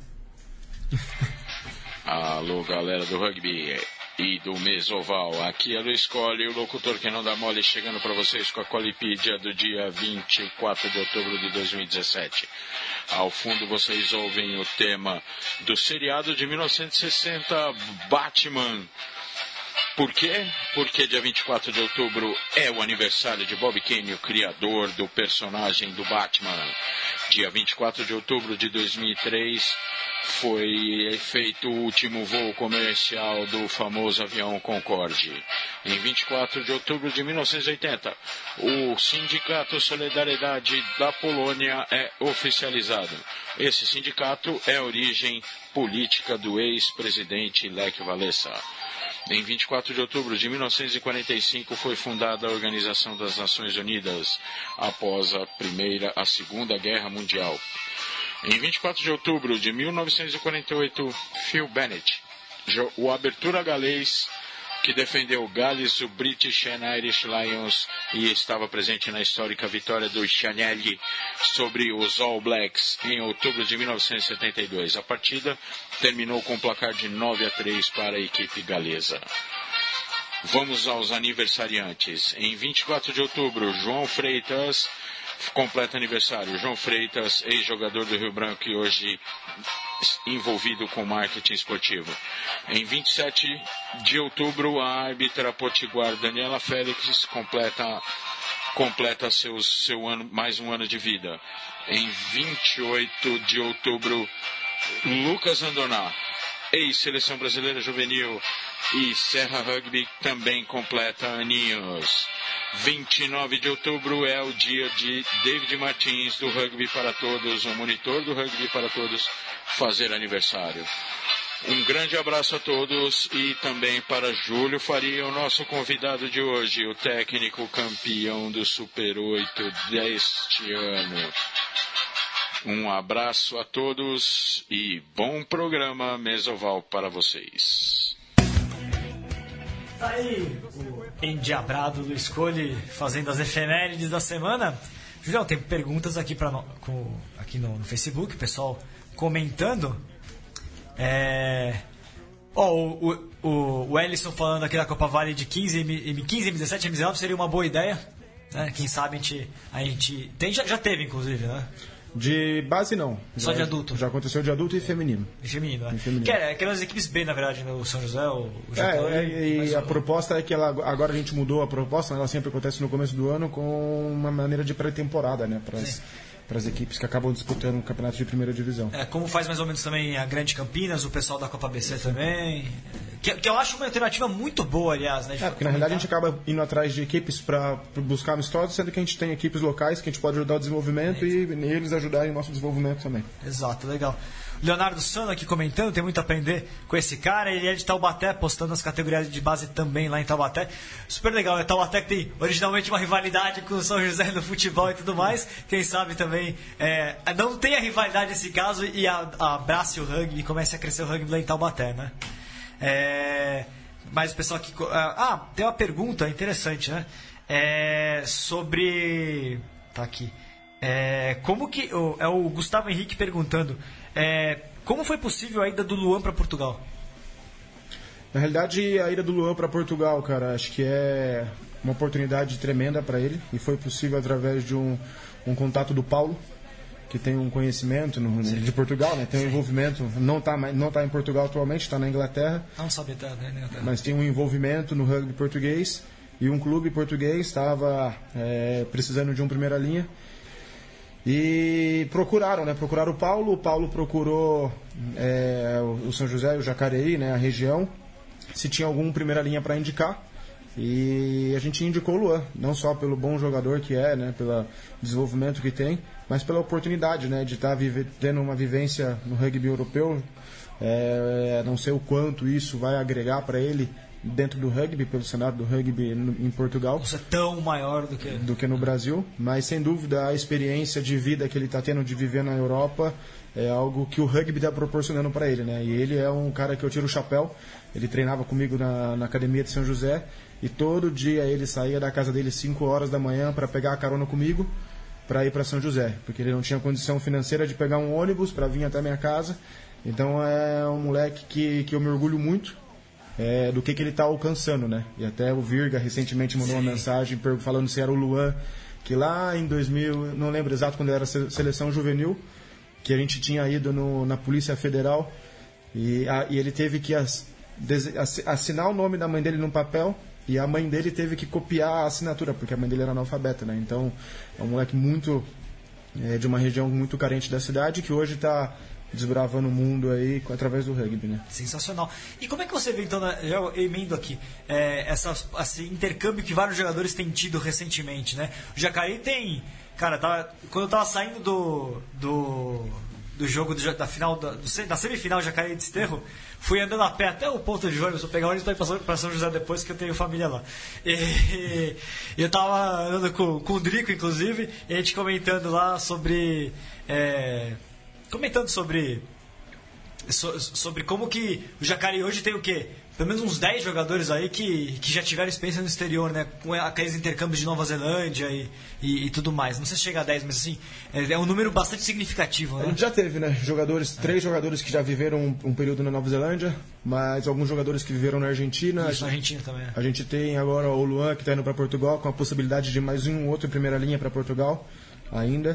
Alô, galera do rugby e do Mesoval, aqui é Luiz Coles, o locutor que não dá mole, chegando para vocês com a Colipídia do dia vinte e quatro de outubro de dois mil e dezessete. Ao fundo vocês ouvem o tema do seriado de mil novecentos e sessenta, Batman. Por quê? Porque dia vinte e quatro de outubro é o aniversário de Bob Kane, o criador do personagem do Batman. Dia vinte e quatro de outubro de dois mil e três foi feito o último voo comercial do famoso avião Concorde. Em vinte e quatro de outubro de mil novecentos e oitenta, o Sindicato Solidariedade da Polônia é oficializado. Esse sindicato é a origem política do ex-presidente Lech Walesa. Em vinte e quatro de outubro de mil novecentos e quarenta e cinco foi fundada a Organização das Nações Unidas após a Primeira, a Segunda Guerra Mundial. Em vinte e quatro de outubro de mil novecentos e quarenta e oito, Phil Bennett, o abertura galês que defendeu Gales, o British and Irish Lions e estava presente na histórica vitória do Chanelli sobre os All Blacks em outubro de mil novecentos e setenta e dois. A partida terminou com um placar de nove a três para a equipe galesa. Vamos aos aniversariantes. Em vinte e quatro de outubro, João Freitas completa aniversário. João Freitas, ex-jogador do Rio Branco e hoje envolvido com marketing esportivo. Em vinte e sete de outubro, a árbitra potiguar Daniela Félix completa, completa seus, seu ano, mais um ano de vida. Em vinte e oito de outubro, Lucas Andoná, ex-seleção brasileira juvenil e Serra Rugby, também completa aninhos. vinte e nove de outubro é o dia de David Martins, do Rugby para Todos, o monitor do Rugby para Todos, fazer aniversário. Um grande abraço a todos e também para Júlio Faria, o nosso convidado de hoje, o técnico campeão do Super oito deste ano. Um abraço a todos e bom programa Mesoval para vocês. Tá aí o endiabrado do Escolhe fazendo as efemérides da semana. Julião, tem perguntas aqui, pra no, com, aqui no, no Facebook, o pessoal comentando. É... Oh, o, o, o Ellison falando aqui da Copa Vale de quinze, M dezessete, M dezenove seria uma boa ideia. Né? Quem sabe a gente, a gente tem, já, já teve, inclusive, né? De base, não. Só já, de adulto? Já aconteceu de adulto e feminino. E feminino, né? E feminino. Que é aquelas equipes B, na verdade, no São José, o Jacareí. É, e, e a proposta é que ela, agora a gente mudou a proposta, ela sempre acontece no começo do ano com uma maneira de pré-temporada, né? Para as equipes que acabam disputando o campeonato de primeira divisão. É, como faz mais ou menos também a Grande Campinas, o pessoal da Copa B C também. Que, que eu acho uma alternativa muito boa, aliás, né? É, porque na realidade a gente acaba indo atrás de equipes para buscar amistosos, sendo que a gente tem equipes locais que a gente pode ajudar o desenvolvimento é e, e eles ajudarem o nosso desenvolvimento também. Exato, legal. Leonardo Sano aqui comentando, tem muito a aprender com esse cara. Ele é de Taubaté, postando as categorias de base também lá em Taubaté. Super legal, né? Taubaté que tem originalmente uma rivalidade com o São José no futebol e tudo mais. Quem sabe também é, não tem a rivalidade nesse caso e a, a abrace o rugby e comece a crescer o rugby lá em Taubaté, né? É, mas o pessoal aqui... Ah, tem uma pergunta interessante, né? É, sobre... Tá aqui. É, como que... É o Gustavo Henrique perguntando... É, como foi possível a ida do Luan para Portugal? Na realidade, a ida do Luan para Portugal, cara, acho que é uma oportunidade tremenda para ele e foi possível através de um, um contato do Paulo, que tem um conhecimento no, de Portugal, né? Tem um Sim. envolvimento, não está não tá em Portugal atualmente, está na Inglaterra, não sabe até, né? Inglaterra. Mas tem um envolvimento no rugby português e um clube português estava é, precisando de um primeira linha. E procuraram, né? Procuraram o Paulo, o Paulo procurou é, o São José e o Jacareí, né? A região, se tinha algum primeira linha para indicar. E a gente indicou o Luan, não só pelo bom jogador que é, né? Pelo desenvolvimento que tem, mas pela oportunidade, né? De estar tá tendo uma vivência no rugby europeu. É, não sei o quanto isso vai agregar para ele dentro do rugby, pelo Senado do Rugby em Portugal. Isso é tão maior do que... do que no Brasil, mas sem dúvida a experiência de vida que ele está tendo de viver na Europa é algo que o rugby está proporcionando para ele, né? E ele é um cara que eu tiro o chapéu, ele treinava comigo na, na academia de São José e todo dia ele saía da casa dele cinco horas da manhã para pegar a carona comigo para ir para São José, porque ele não tinha condição financeira de pegar um ônibus para vir até a minha casa. Então é um moleque que, que eu me orgulho muito É, do que, que ele está alcançando, né? E até o Virga recentemente mandou Sim. uma mensagem falando se era o Luan, que lá em dois mil, não lembro exato quando era a seleção juvenil, que a gente tinha ido no, na Polícia Federal e, a, e ele teve que as, des, assinar o nome da mãe dele num papel e a mãe dele teve que copiar a assinatura, porque a mãe dele era analfabeta, né? Então é um moleque muito é, de uma região muito carente da cidade que hoje está desbravando o mundo aí através do rugby, né? Sensacional. E como é que você vê, então, já emendo aqui, é, essa, esse intercâmbio que vários jogadores têm tido recentemente, né? O Jacareí tem... Cara, tava, quando eu tava saindo do, do, do jogo do, da final, da, do, da semifinal Jacareí de Desterro, fui andando a pé até o ponto de ônibus, vou pegar ônibus para ir para São José depois, que eu tenho família lá. E, e eu tava andando com, com o Drico, inclusive, e a gente comentando lá sobre... É, comentando sobre so, sobre como que o Jacareí hoje tem o quê? Pelo menos uns dez jogadores aí que, que já tiveram experiência no exterior, né? Com aqueles intercâmbios de Nova Zelândia e, e, e tudo mais. Não sei se chega a dez, mas assim, é, é um número bastante significativo, né? A gente já teve, né? Jogadores, é. três jogadores que já viveram um, um período na Nova Zelândia, mas alguns jogadores que viveram na Argentina. Isso, na Argentina também. É. A gente tem agora o Luan, que está indo para Portugal, com a possibilidade de mais um outro primeira linha para Portugal ainda.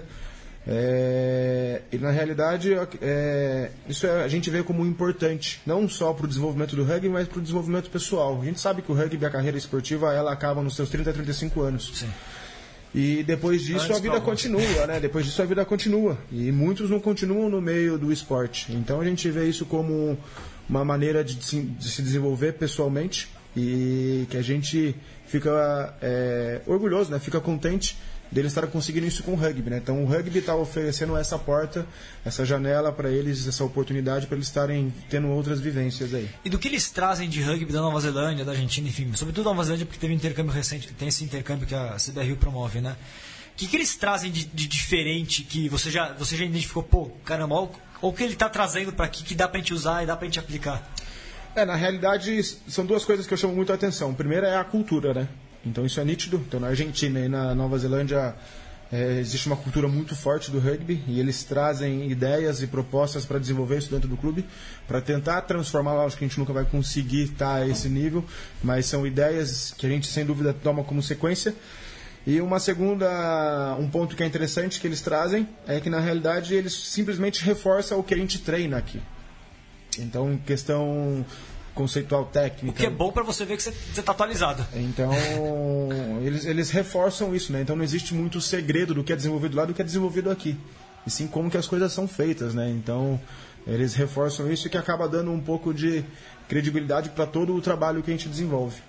É, e na realidade é, isso é, a gente vê como importante, não só para o desenvolvimento do rugby, mas para o desenvolvimento pessoal. A gente sabe que o rugby, a carreira esportiva, ela acaba nos seus trinta, trinta e cinco anos. Sim. E depois disso Antes a vida continua, né? Depois disso a vida continua. E muitos não continuam no meio do esporte. Então a gente vê isso como uma maneira de, de se desenvolver pessoalmente e que a gente fica é, orgulhoso, né? Fica contente deles estarem conseguindo isso com o rugby, né? Então o rugby está oferecendo essa porta, essa janela para eles, essa oportunidade para eles estarem tendo outras vivências aí. E do que eles trazem de rugby da Nova Zelândia, da Argentina, enfim, sobretudo da Nova Zelândia, porque teve um intercâmbio recente, tem esse intercâmbio que a C B R U promove, né? O que, que eles trazem de, de diferente que você já, você já identificou, pô, caramba, ou o que ele está trazendo para aqui que dá para a gente usar e dá para a gente aplicar? É, na realidade, são duas coisas que eu chamo muito a atenção. Primeira é a cultura, né? Então isso é nítido. Então na Argentina e na Nova Zelândia é, existe uma cultura muito forte do rugby e eles trazem ideias e propostas para desenvolver isso dentro do clube, para tentar transformar. Acho que a gente nunca vai conseguir estar a esse nível, mas são ideias que a gente sem dúvida toma como sequência. E uma segunda, um ponto que é interessante que eles trazem é que na realidade eles simplesmente reforçam o que a gente treina aqui. Então, questão conceitual técnica. O que é bom para você ver que você está atualizado. Então, eles, eles reforçam isso, né? Então não existe muito segredo do que é desenvolvido lá do que é desenvolvido aqui. E sim como que as coisas são feitas, né? Então, eles reforçam isso e que acaba dando um pouco de credibilidade para todo o trabalho que a gente desenvolve.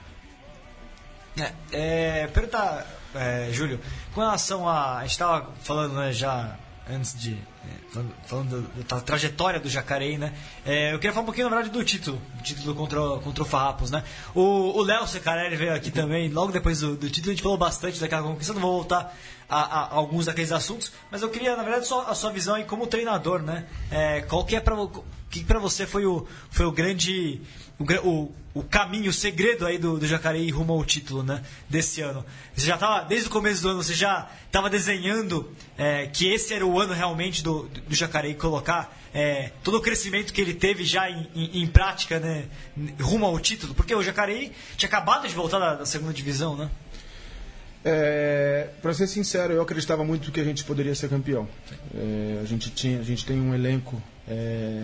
É, é, perguntar, é, Júlio, com relação a... A gente estava falando, né, já antes de... É, falando, falando da, da trajetória do Jacareí, né? É, eu queria falar um pouquinho, na verdade, do título. Do título contra, contra o Farrapos, né? O Léo Secarelli veio aqui também, logo depois do, do título, a gente falou bastante daquela conquista, não vou voltar a, a, a alguns daqueles assuntos, mas eu queria, na verdade, só a sua visão aí como treinador, né? É, qual que é para que para você foi o, foi o grande... O, o, o caminho, o segredo aí do, do Jacareí rumo ao título, né, desse ano. Você já estava, desde o começo do ano, você já estava desenhando é, que esse era o ano realmente do, do Jacareí colocar é, todo o crescimento que ele teve já em, em, em prática, né, rumo ao título? Porque o Jacareí tinha acabado de voltar da, da segunda divisão, né? É, para ser sincero, eu acreditava muito que a gente poderia ser campeão. É, a, gente tinha, a gente tem um elenco é,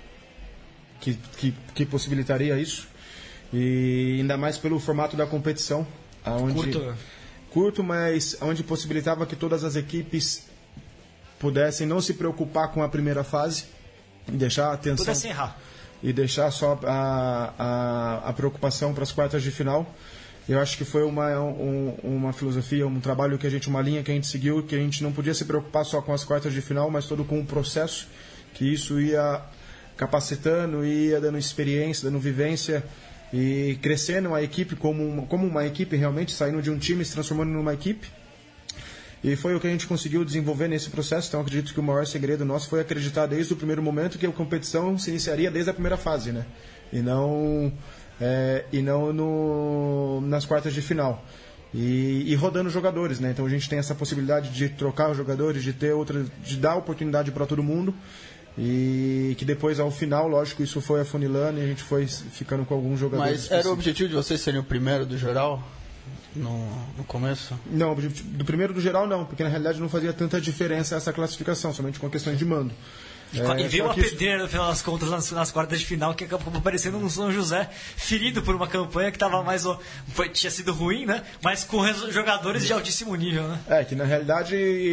que, que, que possibilitaria isso. E ainda mais pelo formato da competição, aonde, curto. curto, mas onde possibilitava que todas as equipes pudessem não se preocupar com a primeira fase e deixar a atenção pudessem errar e deixar só a, a, a preocupação para as quartas de final. Eu acho que foi uma, um, uma filosofia, um trabalho que a gente, uma linha que a gente seguiu, que a gente não podia se preocupar só com as quartas de final, mas todo com o processo, que isso ia capacitando, ia dando experiência, dando vivência e crescendo a equipe como uma, como uma equipe realmente, saindo de um time e se transformando numa equipe. E foi o que a gente conseguiu desenvolver nesse processo. Então acredito que o maior segredo nosso foi acreditar desde o primeiro momento que a competição se iniciaria desde a primeira fase, né? E não, é, e não no, nas quartas de final. E, e rodando jogadores, né? Então a gente tem essa possibilidade de trocar os jogadores, de ter outra, de dar oportunidade para todo mundo. E que depois, ao final, lógico, isso foi afunilando e a gente foi ficando com alguns jogadores. Mas era o objetivo de vocês serem o primeiro do geral? No, no começo? Não, do primeiro do geral não, porque na realidade não fazia tanta diferença essa classificação, somente com questões de mando. E, é, e veio uma pedreira, no final das contas, nas, nas quartas de final, que acabou aparecendo um São José ferido por uma campanha que tava mais, foi, tinha sido ruim, né? Mas com jogadores de altíssimo nível, né? É, que na realidade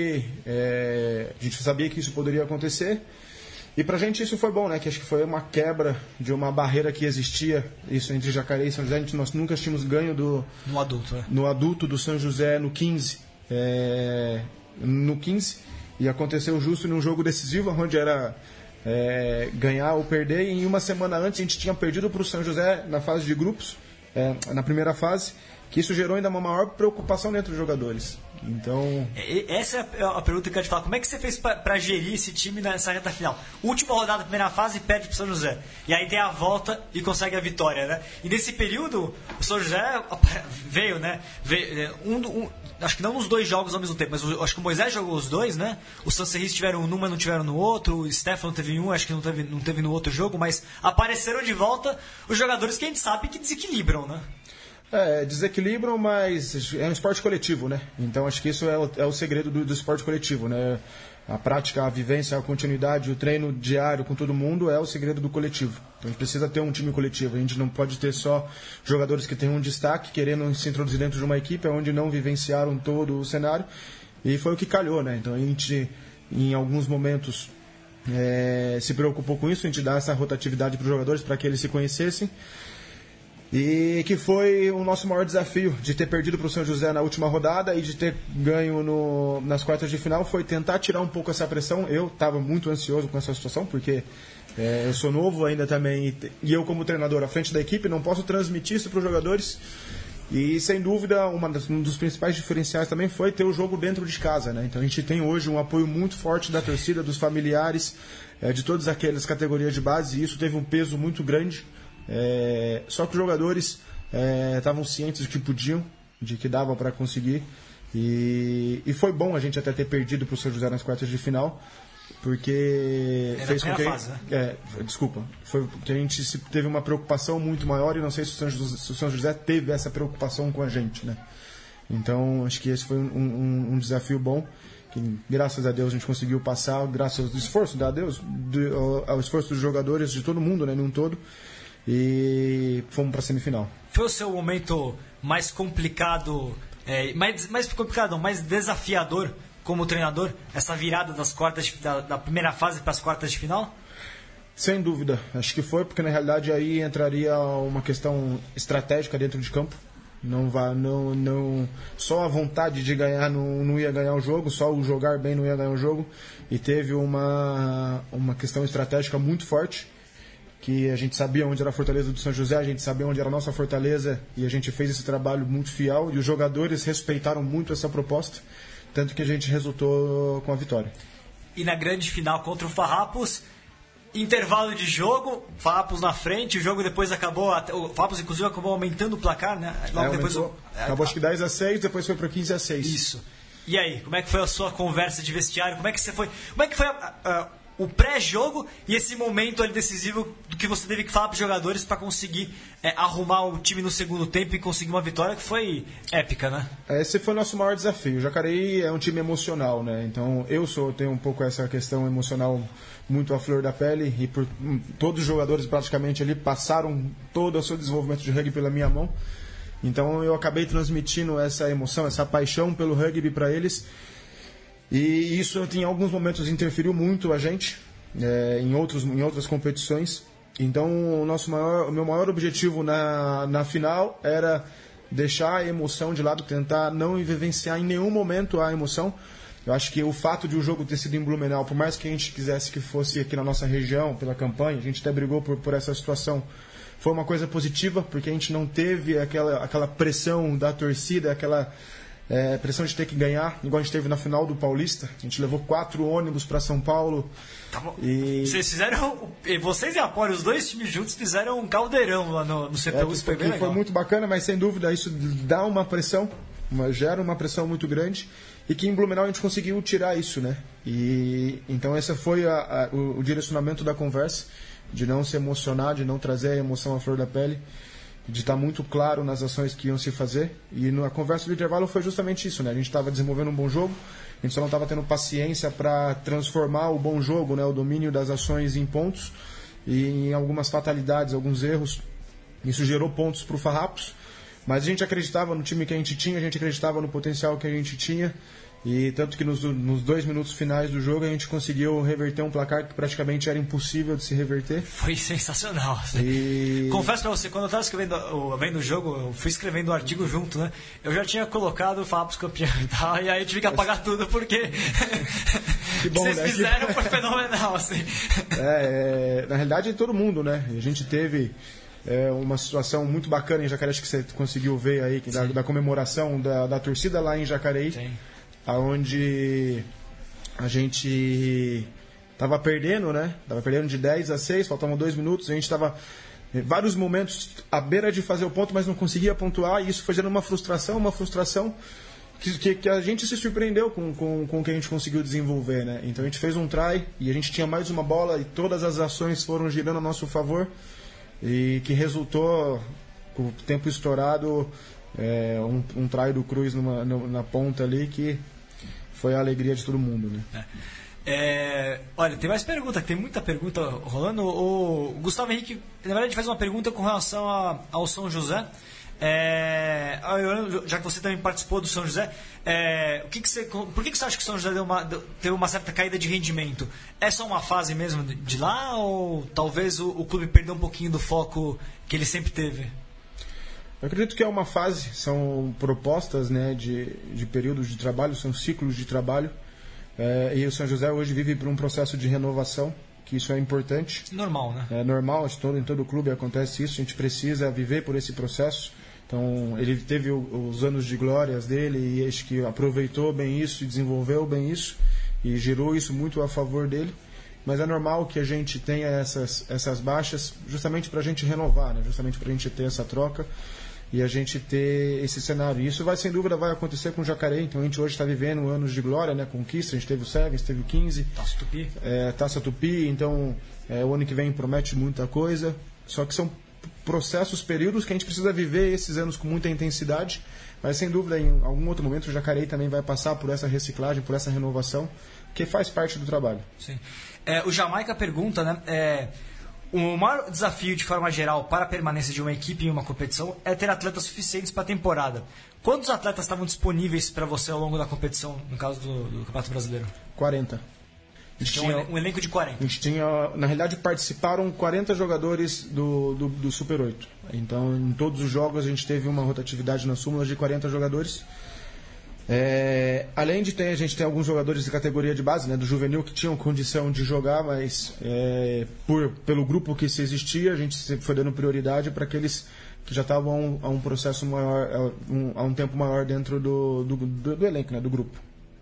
é, a gente sabia que isso poderia acontecer. E pra gente isso foi bom, né? Que acho que foi uma quebra de uma barreira que existia, isso entre Jacareí e São José. A gente, nós nunca tínhamos ganho do, no adulto, né? No adulto do São José no quinze. É, no quinze. E aconteceu justo num jogo decisivo, onde era é, ganhar ou perder. E em uma semana antes a gente tinha perdido para o São José na fase de grupos, é, na primeira fase. Que isso gerou ainda uma maior preocupação dentro dos jogadores. Então... Essa é a pergunta que eu quero te falar. Como é que você fez para gerir esse time nessa reta final? Última rodada da primeira fase, perde para o São José. E aí tem a volta e consegue a vitória, né? E nesse período, o São José veio, né? Veio, um, um, acho que não nos dois jogos ao mesmo tempo, mas o, acho que o Moisés jogou os dois, né? O Sancerris tiveram num, mas não tiveram no outro. O Stefano teve em um, acho que não teve, não teve no outro jogo. Mas apareceram de volta os jogadores que a gente sabe que desequilibram, né? É, desequilibram, mas é um esporte coletivo, né? Então acho que isso é o, é o segredo do, do esporte coletivo, né? A prática, a vivência, a continuidade, o treino diário com todo mundo é o segredo do coletivo. Então a gente precisa ter um time coletivo. A gente não pode ter só jogadores que têm um destaque querendo se introduzir dentro de uma equipe onde não vivenciaram todo o cenário. E foi o que calhou, né? Então a gente, em alguns momentos, é, se preocupou com isso. A gente dá essa rotatividade para os jogadores para que eles se conhecessem. E que foi o nosso maior desafio, de ter perdido para o São José na última rodada e de ter ganho no, nas quartas de final, foi tentar tirar um pouco essa pressão. Eu estava muito ansioso com essa situação, porque é, eu sou novo ainda também, e, e eu como treinador à frente da equipe não posso transmitir isso para os jogadores. E sem dúvida, uma das, um dos principais diferenciais também foi ter o jogo dentro de casa, né? Então a gente tem hoje um apoio muito forte da torcida, dos familiares, é, de todas aquelas categorias de base, e isso teve um peso muito grande. É, só que os jogadores estavam é, cientes de que podiam, de que dava para conseguir, e, e foi bom a gente até ter perdido para o São José nas quartas de final, porque Era fez com que fase, né? é, desculpa, foi que a gente se, teve uma preocupação muito maior, e não sei se o São José, se o São José teve essa preocupação com a gente, né? Então, acho que esse foi um, um, um desafio bom, que graças a Deus a gente conseguiu passar, graças ao esforço, a Deus, do, ao, ao esforço dos jogadores, de todo mundo, né, num todo, e fomos para a semifinal. Foi o seu momento mais complicado, é, mais, mais complicado, não, mais desafiador como treinador, essa virada das quartas de, da, da primeira fase para as quartas de final? Sem dúvida, acho que foi, porque na realidade aí entraria uma questão estratégica dentro de campo. Não vai, não, não, só a vontade de ganhar não, não ia ganhar o jogo, só o jogar bem não ia ganhar o jogo. E teve uma, uma questão estratégica muito forte, que a gente sabia onde era a fortaleza do São José, a gente sabia onde era a nossa fortaleza, e a gente fez esse trabalho muito fiel, e os jogadores respeitaram muito essa proposta, tanto que a gente resultou com a vitória. E na grande final contra o Farrapos, intervalo de jogo, Farrapos na frente, o jogo depois acabou, o Farrapos inclusive acabou aumentando o placar, né? Logo é, depois o, acabou acho que dez a seis, depois foi para quinze a seis. Isso. E aí, como é que foi a sua conversa de vestiário? Como é que você foi? Como é que foi a, a, o pré-jogo e esse momento ali decisivo do que você teve que falar para os jogadores para conseguir é, arrumar o time no segundo tempo e conseguir uma vitória que foi épica, né? Esse foi o nosso maior desafio. O Jacareí é um time emocional, né? Então eu sou tenho um pouco essa questão emocional muito à flor da pele, e por, todos os jogadores praticamente ali passaram todo o seu desenvolvimento de rugby pela minha mão. Então eu acabei transmitindo essa emoção, essa paixão pelo rugby para eles, e isso em alguns momentos interferiu muito a gente é, em, outros, em outras competições. Então o, nosso maior, o meu maior objetivo na, na final era deixar a emoção de lado, tentar não vivenciar em nenhum momento a emoção. Eu acho que o fato de o jogo ter sido em Blumenau, por mais que a gente quisesse que fosse aqui na nossa região, pela campanha, a gente até brigou por, por essa situação, foi uma coisa positiva, porque a gente não teve aquela, aquela pressão da torcida, aquela é, pressão de ter que ganhar, igual a gente teve na final do Paulista. A gente levou quatro ônibus para São Paulo. Tá bom. E... Vocês fizeram, vocês e a Poli, os dois times juntos, fizeram um caldeirão lá no, no C P U. É, foi, bem foi muito bacana, mas sem dúvida isso dá uma pressão, uma, gera uma pressão muito grande. E que em Blumenau a gente conseguiu tirar isso, né? E então esse foi a, a, o, o direcionamento da conversa, de não se emocionar, de não trazer a emoção à flor da pele, de estar muito claro nas ações que iam se fazer. E na conversa do intervalo foi justamente isso, né? A gente estava desenvolvendo um bom jogo, a gente só não estava tendo paciência para transformar o bom jogo, né? O domínio das ações em pontos e em algumas fatalidades, alguns erros. Isso gerou pontos para o Farrapos. Mas a gente acreditava no time que a gente tinha, a gente acreditava no potencial que a gente tinha, e tanto que nos, nos dois minutos finais do jogo a gente conseguiu reverter um placar que praticamente era impossível de se reverter. Foi sensacional. E... Confesso pra você, quando eu estava escrevendo o, vendo o jogo, eu fui escrevendo o artigo junto, né? Eu já tinha colocado o Farrapos campeão e tal, e aí eu tive que apagar tudo porque que bom, o que vocês né? fizeram foi fenomenal, assim. É, é, na realidade todo mundo, né? A gente teve... É uma situação muito bacana em Jacareí, acho que você conseguiu ver aí, da, da comemoração da, da torcida lá em Jacareí, Sim. onde a gente estava perdendo, né? Tava perdendo de dez a seis, faltavam dois minutos, a gente estava em vários momentos à beira de fazer o ponto, mas não conseguia pontuar, e isso foi gerando uma frustração, uma frustração que, que, que a gente se surpreendeu com, com, com o que a gente conseguiu desenvolver, né? Então a gente fez um try, e a gente tinha mais uma bola, e todas as ações foram girando a nosso favor, e que resultou, com o tempo estourado, é, um, um try do Cruz numa, no, na ponta ali, que foi a alegria de todo mundo, né? É. É, olha, tem mais pergunta, tem muita pergunta rolando. O Gustavo Henrique, na verdade, faz uma pergunta com relação a, ao São José. É, já que você também participou do São José, é, o que que você, por que, que você acha que o São José deu uma, deu, teve uma certa caída de rendimento? É só uma fase mesmo de, de lá, ou talvez o, o clube perdeu um pouquinho do foco que ele sempre teve? Eu acredito que é uma fase, são propostas, né, de, de períodos de trabalho, são ciclos de trabalho, é, e o São José hoje vive por um processo de renovação, que isso é importante. Normal, né? É normal, acho que todo, em todo clube acontece isso, a gente precisa viver por esse processo. Então, ele teve os anos de glórias dele, e acho que aproveitou bem isso e desenvolveu bem isso, e gerou isso muito a favor dele. Mas é normal que a gente tenha essas, essas baixas, justamente para a gente renovar, né? Justamente para a gente ter essa troca e a gente ter esse cenário. E isso vai, sem dúvida, vai acontecer com o Jacareí. Então a gente hoje está vivendo anos de glória, né? Conquista, a gente teve o Sevens, teve o quinze. Taça Tupi. É, Taça Tupi, então é, o ano que vem promete muita coisa. Só que são processos, períodos que a gente precisa viver esses anos com muita intensidade, mas sem dúvida em algum outro momento o Jacareí também vai passar por essa reciclagem, por essa renovação, que faz parte do trabalho. Sim. É, o Jamaica pergunta, né, é, o maior desafio de forma geral para a permanência de uma equipe em uma competição é ter atletas suficientes para a temporada. Quantos atletas estavam disponíveis para você ao longo da competição, no caso do, do Campeonato Brasileiro? quarenta. A gente Tinha tinha, um elenco de quarenta. A gente tinha, na realidade, participaram quarenta jogadores do, do, do Super oito. Então, em todos os jogos, a gente teve uma rotatividade na súmula de quarenta jogadores. É, além de ter, a gente tem alguns jogadores de categoria de base, né, do juvenil, que tinham condição de jogar, mas é, por, pelo grupo que se existia, a gente sempre foi dando prioridade para aqueles que já estavam a um processo maior, a um, a um tempo maior dentro do, do, do, do elenco, né, do grupo.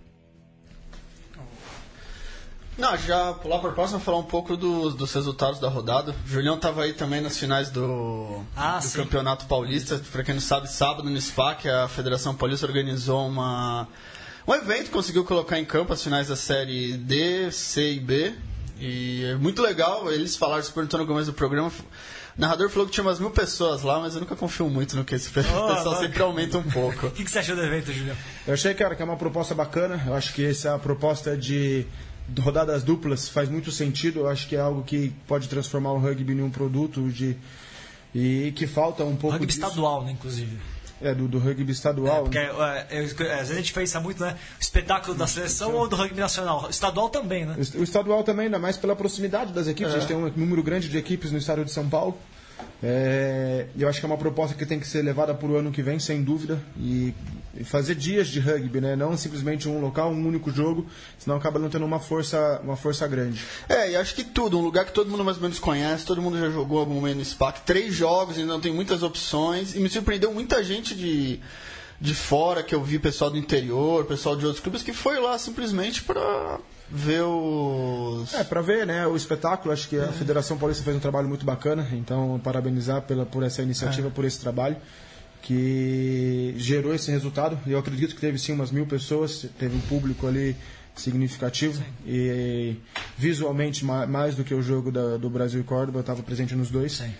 Não, já pular para a próxima falar um pouco dos, dos resultados da rodada. O Julião estava aí também nas finais do, ah, do sim. Campeonato Paulista. Para quem não sabe, sábado no SPAC, a Federação Paulista organizou uma, um evento, conseguiu colocar em campo as finais da série D, C e B. E é muito legal, eles falaram, se perguntou no começo do programa, o narrador falou que tinha umas mil pessoas lá, mas eu nunca confio muito no que esse pessoal oh, sempre aumenta um pouco. O que, que você achou do evento, Julião? Eu achei, cara, que é uma proposta bacana. Eu acho que essa proposta de rodadas duplas faz muito sentido. Eu acho que é algo que pode transformar o rugby em um produto de, e que falta um pouco rugby disso. Estadual, né, inclusive. É, do, do rugby estadual. É, porque é, é, às vezes a gente pensa muito, né? O espetáculo da seleção ou do rugby nacional. Estadual também, né? O estadual também, ainda mais pela proximidade das equipes. É. A gente tem um número grande de equipes no estado de São Paulo. É, eu acho que é uma proposta que tem que ser levada para o ano que vem, sem dúvida. E, e fazer dias de rugby, né? Não simplesmente um local, um único jogo, senão acaba não tendo uma força, uma força grande. É, e acho que tudo, um lugar que todo mundo mais ou menos conhece, todo mundo já jogou algum momento no SPAC, três jogos, ainda não tem muitas opções, e me surpreendeu muita gente de, de fora, que eu vi pessoal do interior, pessoal de outros clubes, que foi lá simplesmente para ver os... É, para ver, né, o espetáculo. Acho que a Federação Paulista fez um trabalho muito bacana, então parabenizar pela, por essa iniciativa, é. por esse trabalho que gerou esse resultado. Eu acredito que teve sim umas mil pessoas, teve um público ali significativo. Sim. E visualmente mais do que o jogo da, do Brasil e Córdoba, eu estava presente nos dois. Sim.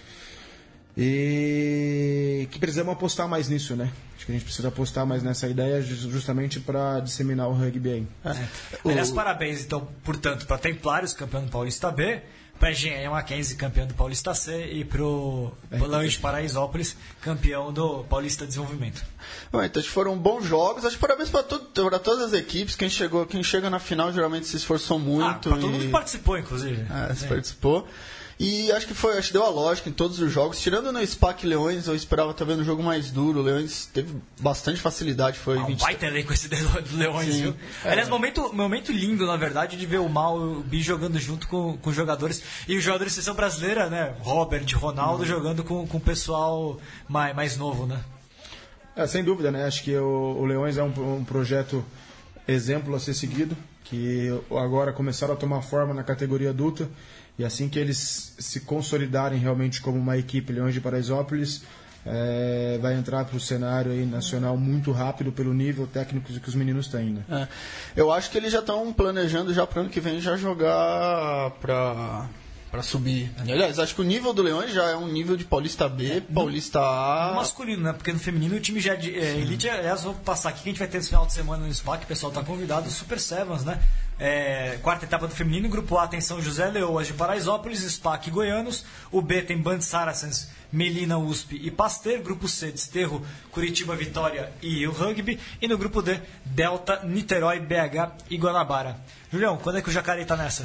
E que precisamos apostar mais nisso, né? Acho que a gente precisa apostar mais nessa ideia justamente para disseminar o rugby aí. É. Aliás, o... parabéns, então, portanto, para Templários, campeão do Paulista B, para Engenharia Mackenzie, campeão do Paulista C, e para o é, Lange de Paraisópolis, campeão do Paulista Desenvolvimento. Bom, então foram bons jogos. Acho que parabéns para todas as equipes. Quem, chegou, quem chega na final geralmente se esforçou muito. Ah, para e... todo mundo que participou, inclusive. É, se participou. E acho que foi, acho que deu a lógica em todos os jogos. Tirando no SPAC Leões, eu esperava estar vendo um jogo mais duro. O Leões teve bastante facilidade. Foi ah, um vinte... baita elenco esse do Leões, Sim. viu? É. Aliás, momento, momento lindo, na verdade, de ver o Mal e o Bi jogando junto com, com os jogadores. E os jogadores de seleção brasileira, né? Robert, Ronaldo, uhum. jogando com, com o pessoal mais, mais novo, né? É, sem dúvida, né? Acho que o, o Leões é um, um projeto exemplo a ser seguido, que agora começaram a tomar forma na categoria adulta. E assim que eles se consolidarem realmente como uma equipe Leões de Paraisópolis, é, vai entrar para o cenário aí nacional muito rápido pelo nível técnico que os meninos têm, né? É. Eu acho que eles já estão planejando já para o ano que vem já jogar para para subir. Aliás, acho que o nível do Leões já é um nível de Paulista B, Paulista A. No masculino, né? Porque no feminino o time já é de é, elite. Aliás, vou passar aqui que a gente vai ter esse final de semana no SPAC, o pessoal está convidado, o Super Sevens, né? É, quarta etapa do feminino, grupo A tem São José, Leoas de Paraisópolis, SPAC Goianos. O B tem Band Saracens, Melina, U S P e Pasteur. Grupo C, Desterro, Curitiba, Vitória e o Rugby. E no grupo D, Delta, Niterói, B H e Guanabara. Julião, quando é que o Jacareí está nessa?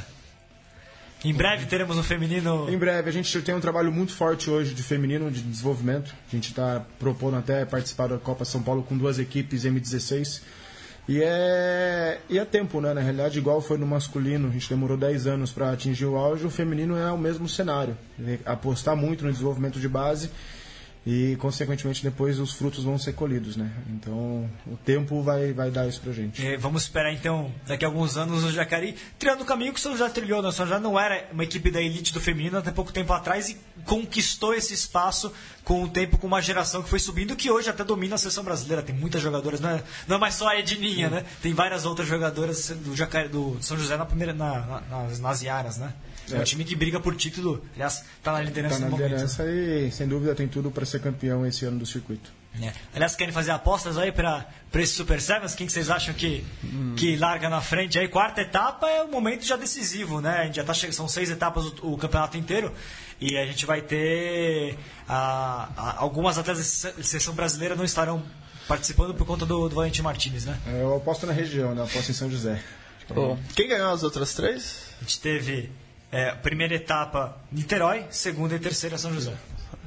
Em breve teremos um feminino... Em breve. A gente tem um trabalho muito forte hoje de feminino, de desenvolvimento. A gente está propondo até participar da Copa São Paulo com duas equipes M dezesseis. E é, e é tempo, né? Na realidade, igual foi no masculino, a gente demorou dez anos para atingir o auge, o feminino é o mesmo cenário. Apostar muito no desenvolvimento de base e, consequentemente, depois os frutos vão ser colhidos, né? Então, o tempo vai, vai dar isso pra gente. E vamos esperar, então, daqui a alguns anos o Jacareí trilhando o caminho que o São José trilhou. O São José não era uma equipe da elite do feminino até pouco tempo atrás e conquistou esse espaço com o tempo, com uma geração que foi subindo, que hoje até domina a seleção brasileira. Tem muitas jogadoras, não é, não é mais só a Edninha, né? Tem várias outras jogadoras do, Jacareí, do São José na primeira, na, na, nas, nas Iaras, né? É um time que briga por título, aliás, está na liderança Tá na no liderança momento. e, sem dúvida, tem tudo para ser campeão esse ano do circuito. É. Aliás, querem fazer apostas aí para esse Super Sevens? Quem que vocês acham que, hum. que larga na frente? Aí, quarta etapa é um momento já decisivo, né? A gente já tá chegando, são seis etapas o, o campeonato inteiro e a gente vai ter a, a, algumas atletas da seleção brasileira não estarão participando por conta do, do Valentim Martins, né? Eu aposto na região, né? Eu aposto em São José. Oh. Quem ganhou as outras três? A gente teve é, primeira etapa Niterói, segunda e terceira São José.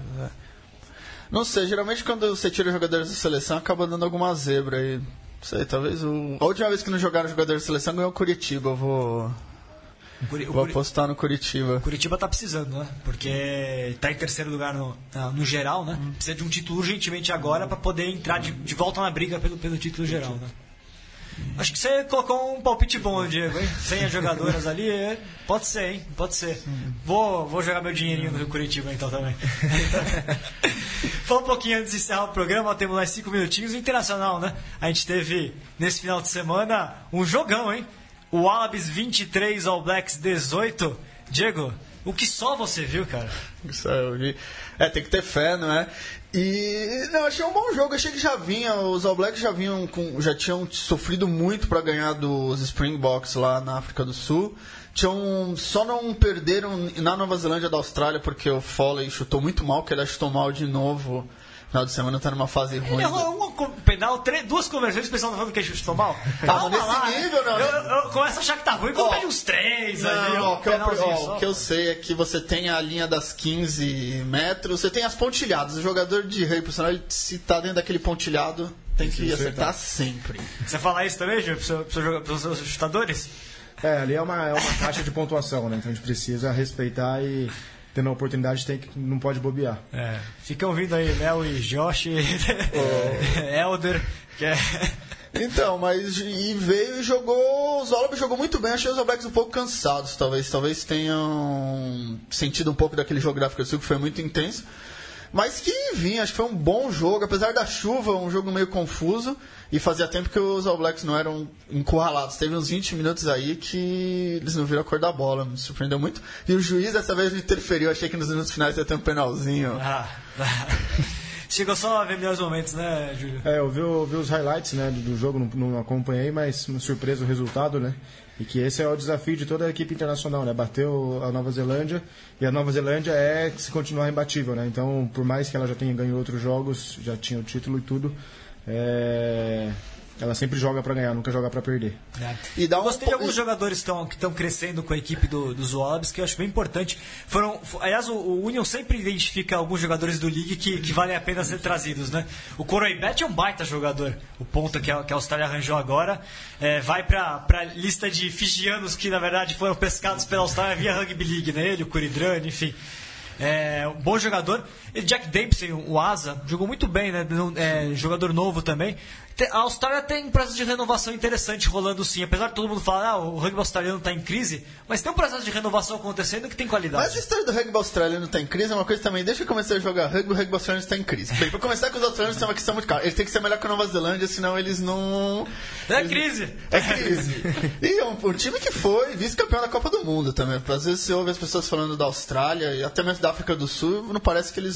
Não sei, geralmente quando você tira jogadores da seleção acaba dando alguma zebra aí. Não sei, talvez o... A última vez que não jogaram jogadores da seleção ganhou o Curitiba. Eu vou. Curi... Vou Curi... apostar no Curitiba. O Curitiba tá precisando, né? Porque está em terceiro lugar no, no geral, né? Hum. Precisa de um título urgentemente agora para poder entrar de, de volta na briga pelo, pelo título geral, né? Acho que você colocou um palpite bom, Diego, hein? Sem as jogadoras ali, é... pode ser, hein? Pode ser. Vou, vou jogar meu dinheirinho no Curitiba então também. Fala um pouquinho antes de encerrar o programa, temos mais cinco minutinhos. O Internacional, né? A gente teve nesse final de semana um jogão, hein? O Wallabies vinte e três, All Blacks dezoito. Diego, o que só você viu, cara? Isso eu vi. É, tem que ter fé, não é? E não, achei um bom jogo. Achei que já vinha, os All Blacks já vinham com, já tinham sofrido muito para ganhar dos Springboks lá na África do Sul. Tinham, só não perderam na Nova Zelândia da Austrália porque o Foley chutou muito mal, que ele chutou mal de novo. Final de semana tá numa fase ruim. Ele errou um penal, três, duas conversões, o pessoal tá falando que ele chutou mal. Calma, nesse lá, nível, não. Eu, eu, eu começo a achar que tá ruim quando oh, pede uns três. Não, ali, ó, um que eu, ó, o que eu pô. sei é que você tem a linha das quinze metros, você tem as pontilhadas. O jogador de rei profissional, ele, se tá dentro daquele pontilhado, tem que Sim, acertar tá. sempre. Você fala isso também, Gil, para os seus chutadores? É, ali é uma, é uma caixa de pontuação, né? Então a gente precisa respeitar e... Tendo a oportunidade, tem que, não pode bobear. É, fica ouvindo aí, Léo e Josh, oh. Elder, que é... Então, mas e veio e jogou. Os Wallabies jogou muito bem. Achei os All Blacks um pouco cansados, talvez. Talvez tenham sentido um pouco daquele jogo da África do Sul, que foi muito intenso. Mas que vinha, acho que foi um bom jogo. Apesar da chuva, um jogo meio confuso. E fazia tempo que os All Blacks não eram encurralados. Teve uns vinte minutos aí que eles não viram a cor da bola. Me surpreendeu muito. E o juiz dessa vez me interferiu. Achei que nos minutos finais ia ter um penalzinho. Ah, chegou só a ver melhores momentos, né, Júlio? É, eu vi, eu vi os highlights, né, do, do jogo, não, não acompanhei, mas uma surpresa o resultado, né? E que esse é o desafio de toda a equipe internacional, né? Bateu a Nova Zelândia e a Nova Zelândia é se continuar imbatível, né? Então, por mais que ela já tenha ganho outros jogos, já tinha o título e tudo, é... ela sempre joga para ganhar, nunca joga para perder. É. E dá um... Eu gostei de alguns jogadores tão, que estão crescendo com a equipe do, dos Wallabies, que eu acho bem importante. Foram, aliás, o, o Union sempre identifica alguns jogadores do League que, que valem a pena ser trazidos, né? O Koroibet é um baita jogador. O ponta que a, que a Austrália arranjou agora é, vai para a lista de fijianos que, na verdade, foram pescados pela Austrália via Rugby League, né? Ele, o Kuridrani, enfim. É, um bom jogador. E Jack Dempsey, o Asa, jogou muito bem, né? É, jogador novo também. A Austrália tem um processo de renovação interessante rolando sim. Apesar de todo mundo falar ah, o rugby australiano está em crise, mas tem um processo de renovação acontecendo que tem qualidade. Mas a história do rugby australiano está em crise é uma coisa também. Desde que eu comecei a jogar rugby, o rugby australiano está em crise. Bem, para começar com os australianos tem uma questão muito clara. Eles têm que ser melhor que a Nova Zelândia, senão eles não... É eles... crise! É crise. E é um, um time que foi vice-campeão da Copa do Mundo também. Às vezes você ouve as pessoas falando da Austrália e até mesmo da África do Sul, não parece que eles...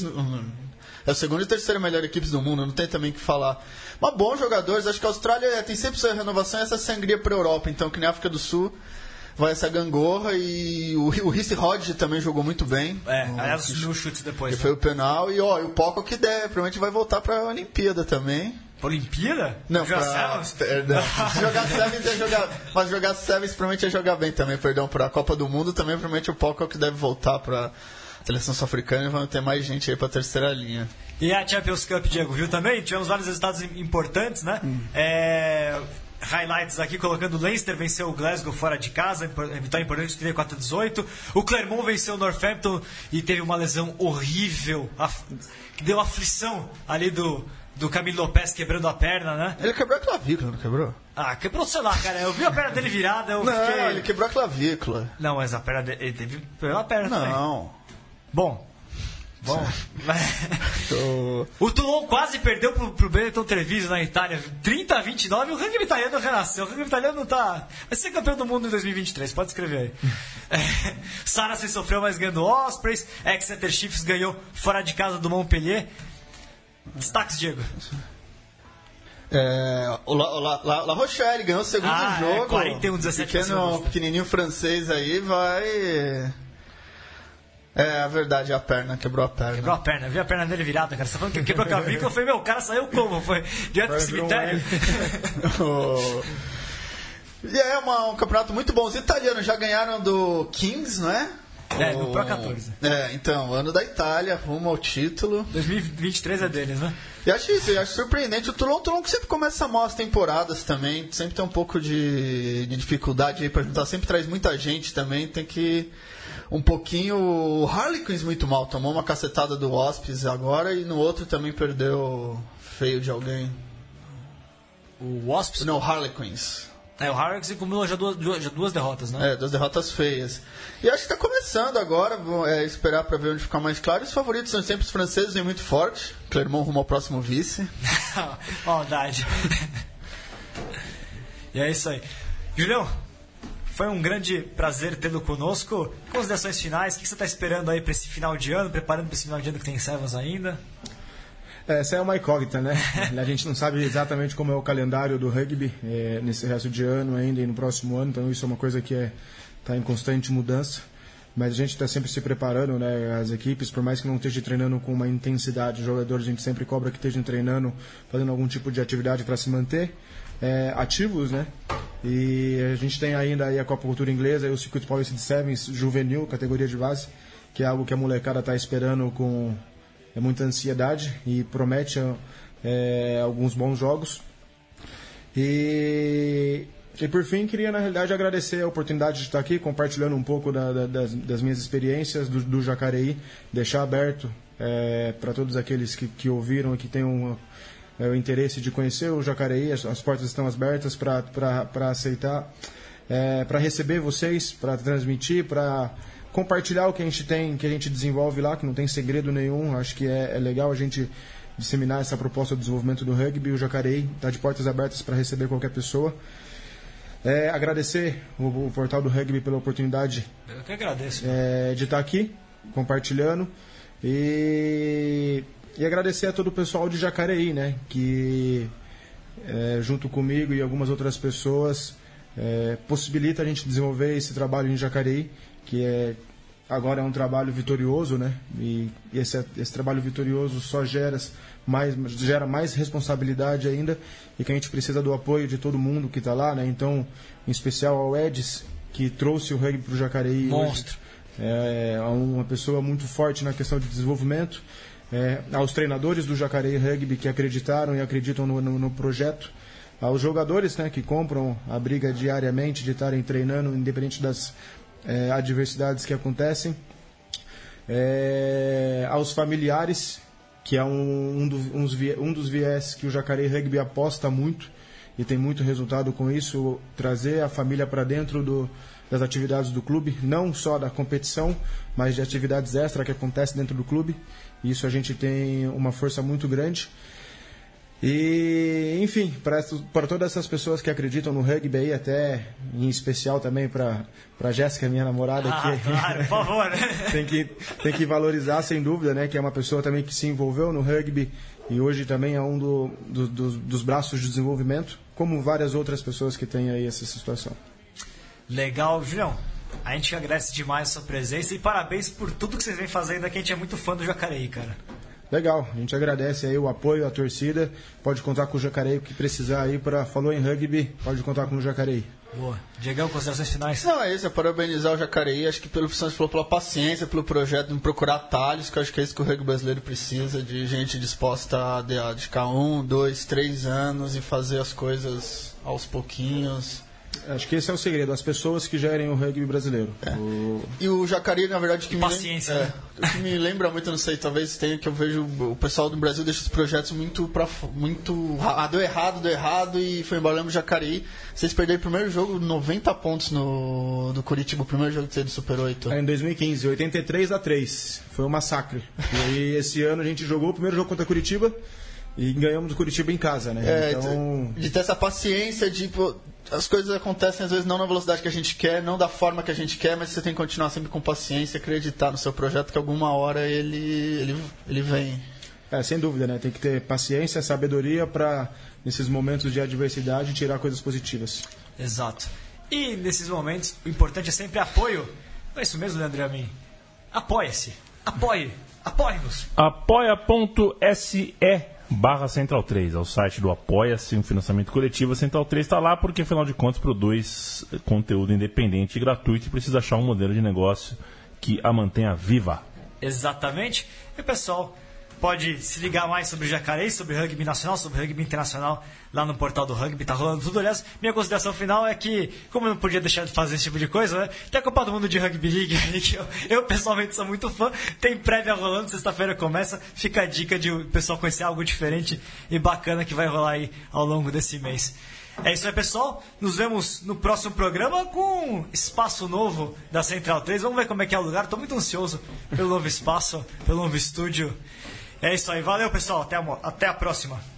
É a segunda e terceira melhor equipes do mundo, não tem também o que falar. Mas bons jogadores, acho que a Austrália tem sempre sua renovação e essa sangria para a Europa. Então, que nem a África do Sul, vai essa gangorra e o, o Rhys Hodge também jogou muito bem. É, aliás, no chute depois. Que né? Foi o penal. E ó, o Poco que der, provavelmente vai voltar para a Olimpíada também. Olimpíada? Não, jogar pra... Perdão. jogar Sevens é jogar... Mas jogar Sevens provavelmente é jogar bem também, perdão, para a Copa do Mundo também, provavelmente o Poco que deve voltar para... seleção sul-africana e vão ter mais gente aí pra terceira linha. E a Champions Cup, Diego, viu também? Tivemos vários resultados importantes, né? Hum. É... Highlights aqui, colocando o Leinster venceu o Glasgow fora de casa, vitória importante, trinta e quatro a dezoito. O Clermont venceu o Northampton e teve uma lesão horrível, af... que deu aflição ali do, do Camilo Lopes quebrando a perna, né? Ele quebrou a clavícula, não quebrou? Ah, quebrou, sei lá, cara. Eu vi a perna dele virada, eu não, fiquei... ele quebrou a clavícula. Não, mas a perna dele... Ele teve a perna não. também. Não. Bom, Bom, o Toulon quase perdeu pro, pro Benetton Treviso na Itália, trinta a vinte e nove. O rugby italiano renasceu. O rugby italiano tá, vai ser campeão do mundo em dois mil e vinte e três, pode escrever aí. É, Saracen sofreu, mas ganhando o Ospreys. Exeter Chiefs ganhou fora de casa do Montpellier. Destaques, Diego. É, o La, La, La, La Rochelle ganhou o segundo ah, jogo. É, quarenta e um a dezessete. Pequeno, pequenininho francês aí vai... É, a verdade, a perna, quebrou a perna. Quebrou a perna, eu vi a perna dele virada, cara. Você tá falando que quebrou a clavícula, eu falei, meu, o cara saiu como? Foi direto pro cemitério. E é uma, um campeonato muito bom. Os italianos já ganharam do Kings, não é? É, o... no Pro catorze. É, então, ano da Itália, rumo ao título. dois mil e vinte e três é deles, né? E acho isso, eu acho surpreendente. O Toulon, o Toulon que sempre começa mal as temporadas também, sempre tem um pouco de, de dificuldade aí pra juntar, sempre traz muita gente também, tem que... Um pouquinho. O Harlequins muito mal, tomou uma cacetada do Wasps agora e no outro também perdeu feio de alguém. O Wasps? Não, o Harlequins. É, o Harlequins acumulou já duas, duas, já duas derrotas, né? É, duas derrotas feias. E acho que está começando agora, vou é, esperar para ver onde ficar mais claro. Os favoritos são sempre os franceses, vem muito forte. Clermont rumo ao próximo vice. Maldade. E é isso aí. Julião, foi um grande prazer tê-lo conosco. Considerações finais, o que você está esperando aí para esse final de ano, preparando para esse final de ano que tem Sevens ainda? Essa é uma incógnita, né? A gente não sabe exatamente como é o calendário do rugby é, nesse resto de ano ainda e no próximo ano, então isso é uma coisa que está é, tá em constante mudança. Mas a gente está sempre se preparando, né? As equipes, por mais que não esteja treinando com uma intensidade, os jogadores a gente sempre cobra que estejam treinando, fazendo algum tipo de atividade para se manter é, ativos, né? E a gente tem ainda aí a Copa Cultura Inglesa e o Circuito Paulista de Sevens juvenil, categoria de base, que é algo que a molecada está esperando com é, muita ansiedade e promete é, alguns bons jogos. E, e por fim, queria na realidade agradecer a oportunidade de estar aqui compartilhando um pouco da, da, das, das minhas experiências do, do Jacareí, deixar aberto é, para todos aqueles que, que ouviram e que tenham uma, é, o interesse de conhecer o Jacareí. As, as portas estão abertas para aceitar, é, para receber vocês, para transmitir, para compartilhar o que a gente tem, que a gente desenvolve lá, que não tem segredo nenhum. Acho que é, é legal a gente disseminar essa proposta de desenvolvimento do rugby. O Jacareí está de portas abertas para receber qualquer pessoa. É, agradecer o, o Portal do Rugby pela oportunidade. Eu que agradeço. É, de estar aqui, compartilhando. E, e agradecer a todo o pessoal de Jacareí, né, que é, junto comigo e algumas outras pessoas é, possibilita a gente desenvolver esse trabalho em Jacareí, que é, agora é um trabalho vitorioso, né? E esse, esse trabalho vitorioso só gera mais, gera mais responsabilidade ainda, e que a gente precisa do apoio de todo mundo que está lá, né? Então, em especial ao Edis, que trouxe o rugby para o Jacareí. Monstro. Hoje. É uma pessoa muito forte na questão de desenvolvimento. É, aos treinadores do Jacareí Rugby que acreditaram e acreditam no, no, no projeto. Aos jogadores, né, que compram a briga diariamente de estarem treinando, independente das É, adversidades que acontecem, é, aos familiares, que é um, um, do, uns, um dos viés que o Jacareí Rugby aposta muito e tem muito resultado com isso, trazer a família para dentro do, das atividades do clube, não só da competição, mas de atividades extra que acontecem dentro do clube. Isso a gente tem uma força muito grande. E, enfim, para todas essas pessoas que acreditam no rugby aí, até em especial também para a Jéssica, minha namorada, ah, que claro, por favor. tem, que, tem que valorizar, sem dúvida, né, que é uma pessoa também que se envolveu no rugby e hoje também é um do, do, dos, dos braços de desenvolvimento, como várias outras pessoas que têm aí essa situação. Legal, Julião. A gente agradece demais a sua presença e parabéns por tudo que vocês vêm fazendo aqui. A gente é muito fã do Jacareí, cara. Legal, a gente agradece aí o apoio, a torcida. Pode contar com o Jacareí, o que precisar aí para falou em rugby, pode contar com o Jacareí. Boa. Diegão, considerações finais? Não, é isso, é parabenizar o Jacareí, acho que pelo que você falou, pela paciência, pelo projeto de procurar atalhos, que eu acho que é isso que o rugby brasileiro precisa, de gente disposta a dedicar um, dois, três anos e fazer as coisas aos pouquinhos. Acho que esse é o segredo, as pessoas que gerem o rugby brasileiro. É. O... E o Jacareí, na verdade, que me paciência, lembra, né? é, o que me lembra muito, não sei, talvez tenha, que eu vejo o pessoal do Brasil deixa os projetos muito pra, muito ah, deu errado, deu errado e foi embora. Eu lembro do Jacareí, vocês perderam o primeiro jogo, noventa pontos no do Curitiba, o primeiro jogo que vocês do Super oito. É, em dois mil e quinze, oitenta e três a três, foi um massacre. E aí esse ano a gente jogou o primeiro jogo contra Curitiba e ganhamos o Curitiba em casa, né? É, então... de, de ter essa paciência de... Pô, as coisas acontecem às vezes não na velocidade que a gente quer, não da forma que a gente quer, mas você tem que continuar sempre com paciência, acreditar no seu projeto que alguma hora ele, ele, ele vem. É, sem dúvida, né? Tem que ter paciência, sabedoria para, nesses momentos de adversidade, tirar coisas positivas. Exato. E nesses momentos, o importante é sempre apoio. Não é isso mesmo, Leandro Amin? Apoia-se. Apoie. Apoie-nos. apoia.se barra Central três, é o site do Apoia-se, um financiamento coletivo. A Central três está lá porque, afinal de contas, produz conteúdo independente e gratuito e precisa achar um modelo de negócio que a mantenha viva. Exatamente. E o pessoal pode se ligar mais sobre Jacareí, sobre rugby nacional, sobre rugby internacional lá no portal do rugby, tá rolando tudo. Aliás, minha consideração final é que, como eu não podia deixar de fazer esse tipo de coisa, né? Tem a Copa do Mundo de Rugby League, que eu, eu pessoalmente sou muito fã. Tem prévia rolando, sexta-feira começa. Fica a dica de o pessoal conhecer algo diferente e bacana que vai rolar aí ao longo desse mês. É isso aí, pessoal. Nos vemos no próximo programa com espaço novo da Central três. Vamos ver como é que é o lugar. Estou muito ansioso pelo novo espaço, pelo novo estúdio. É isso aí. Valeu, pessoal. Até a, até a próxima.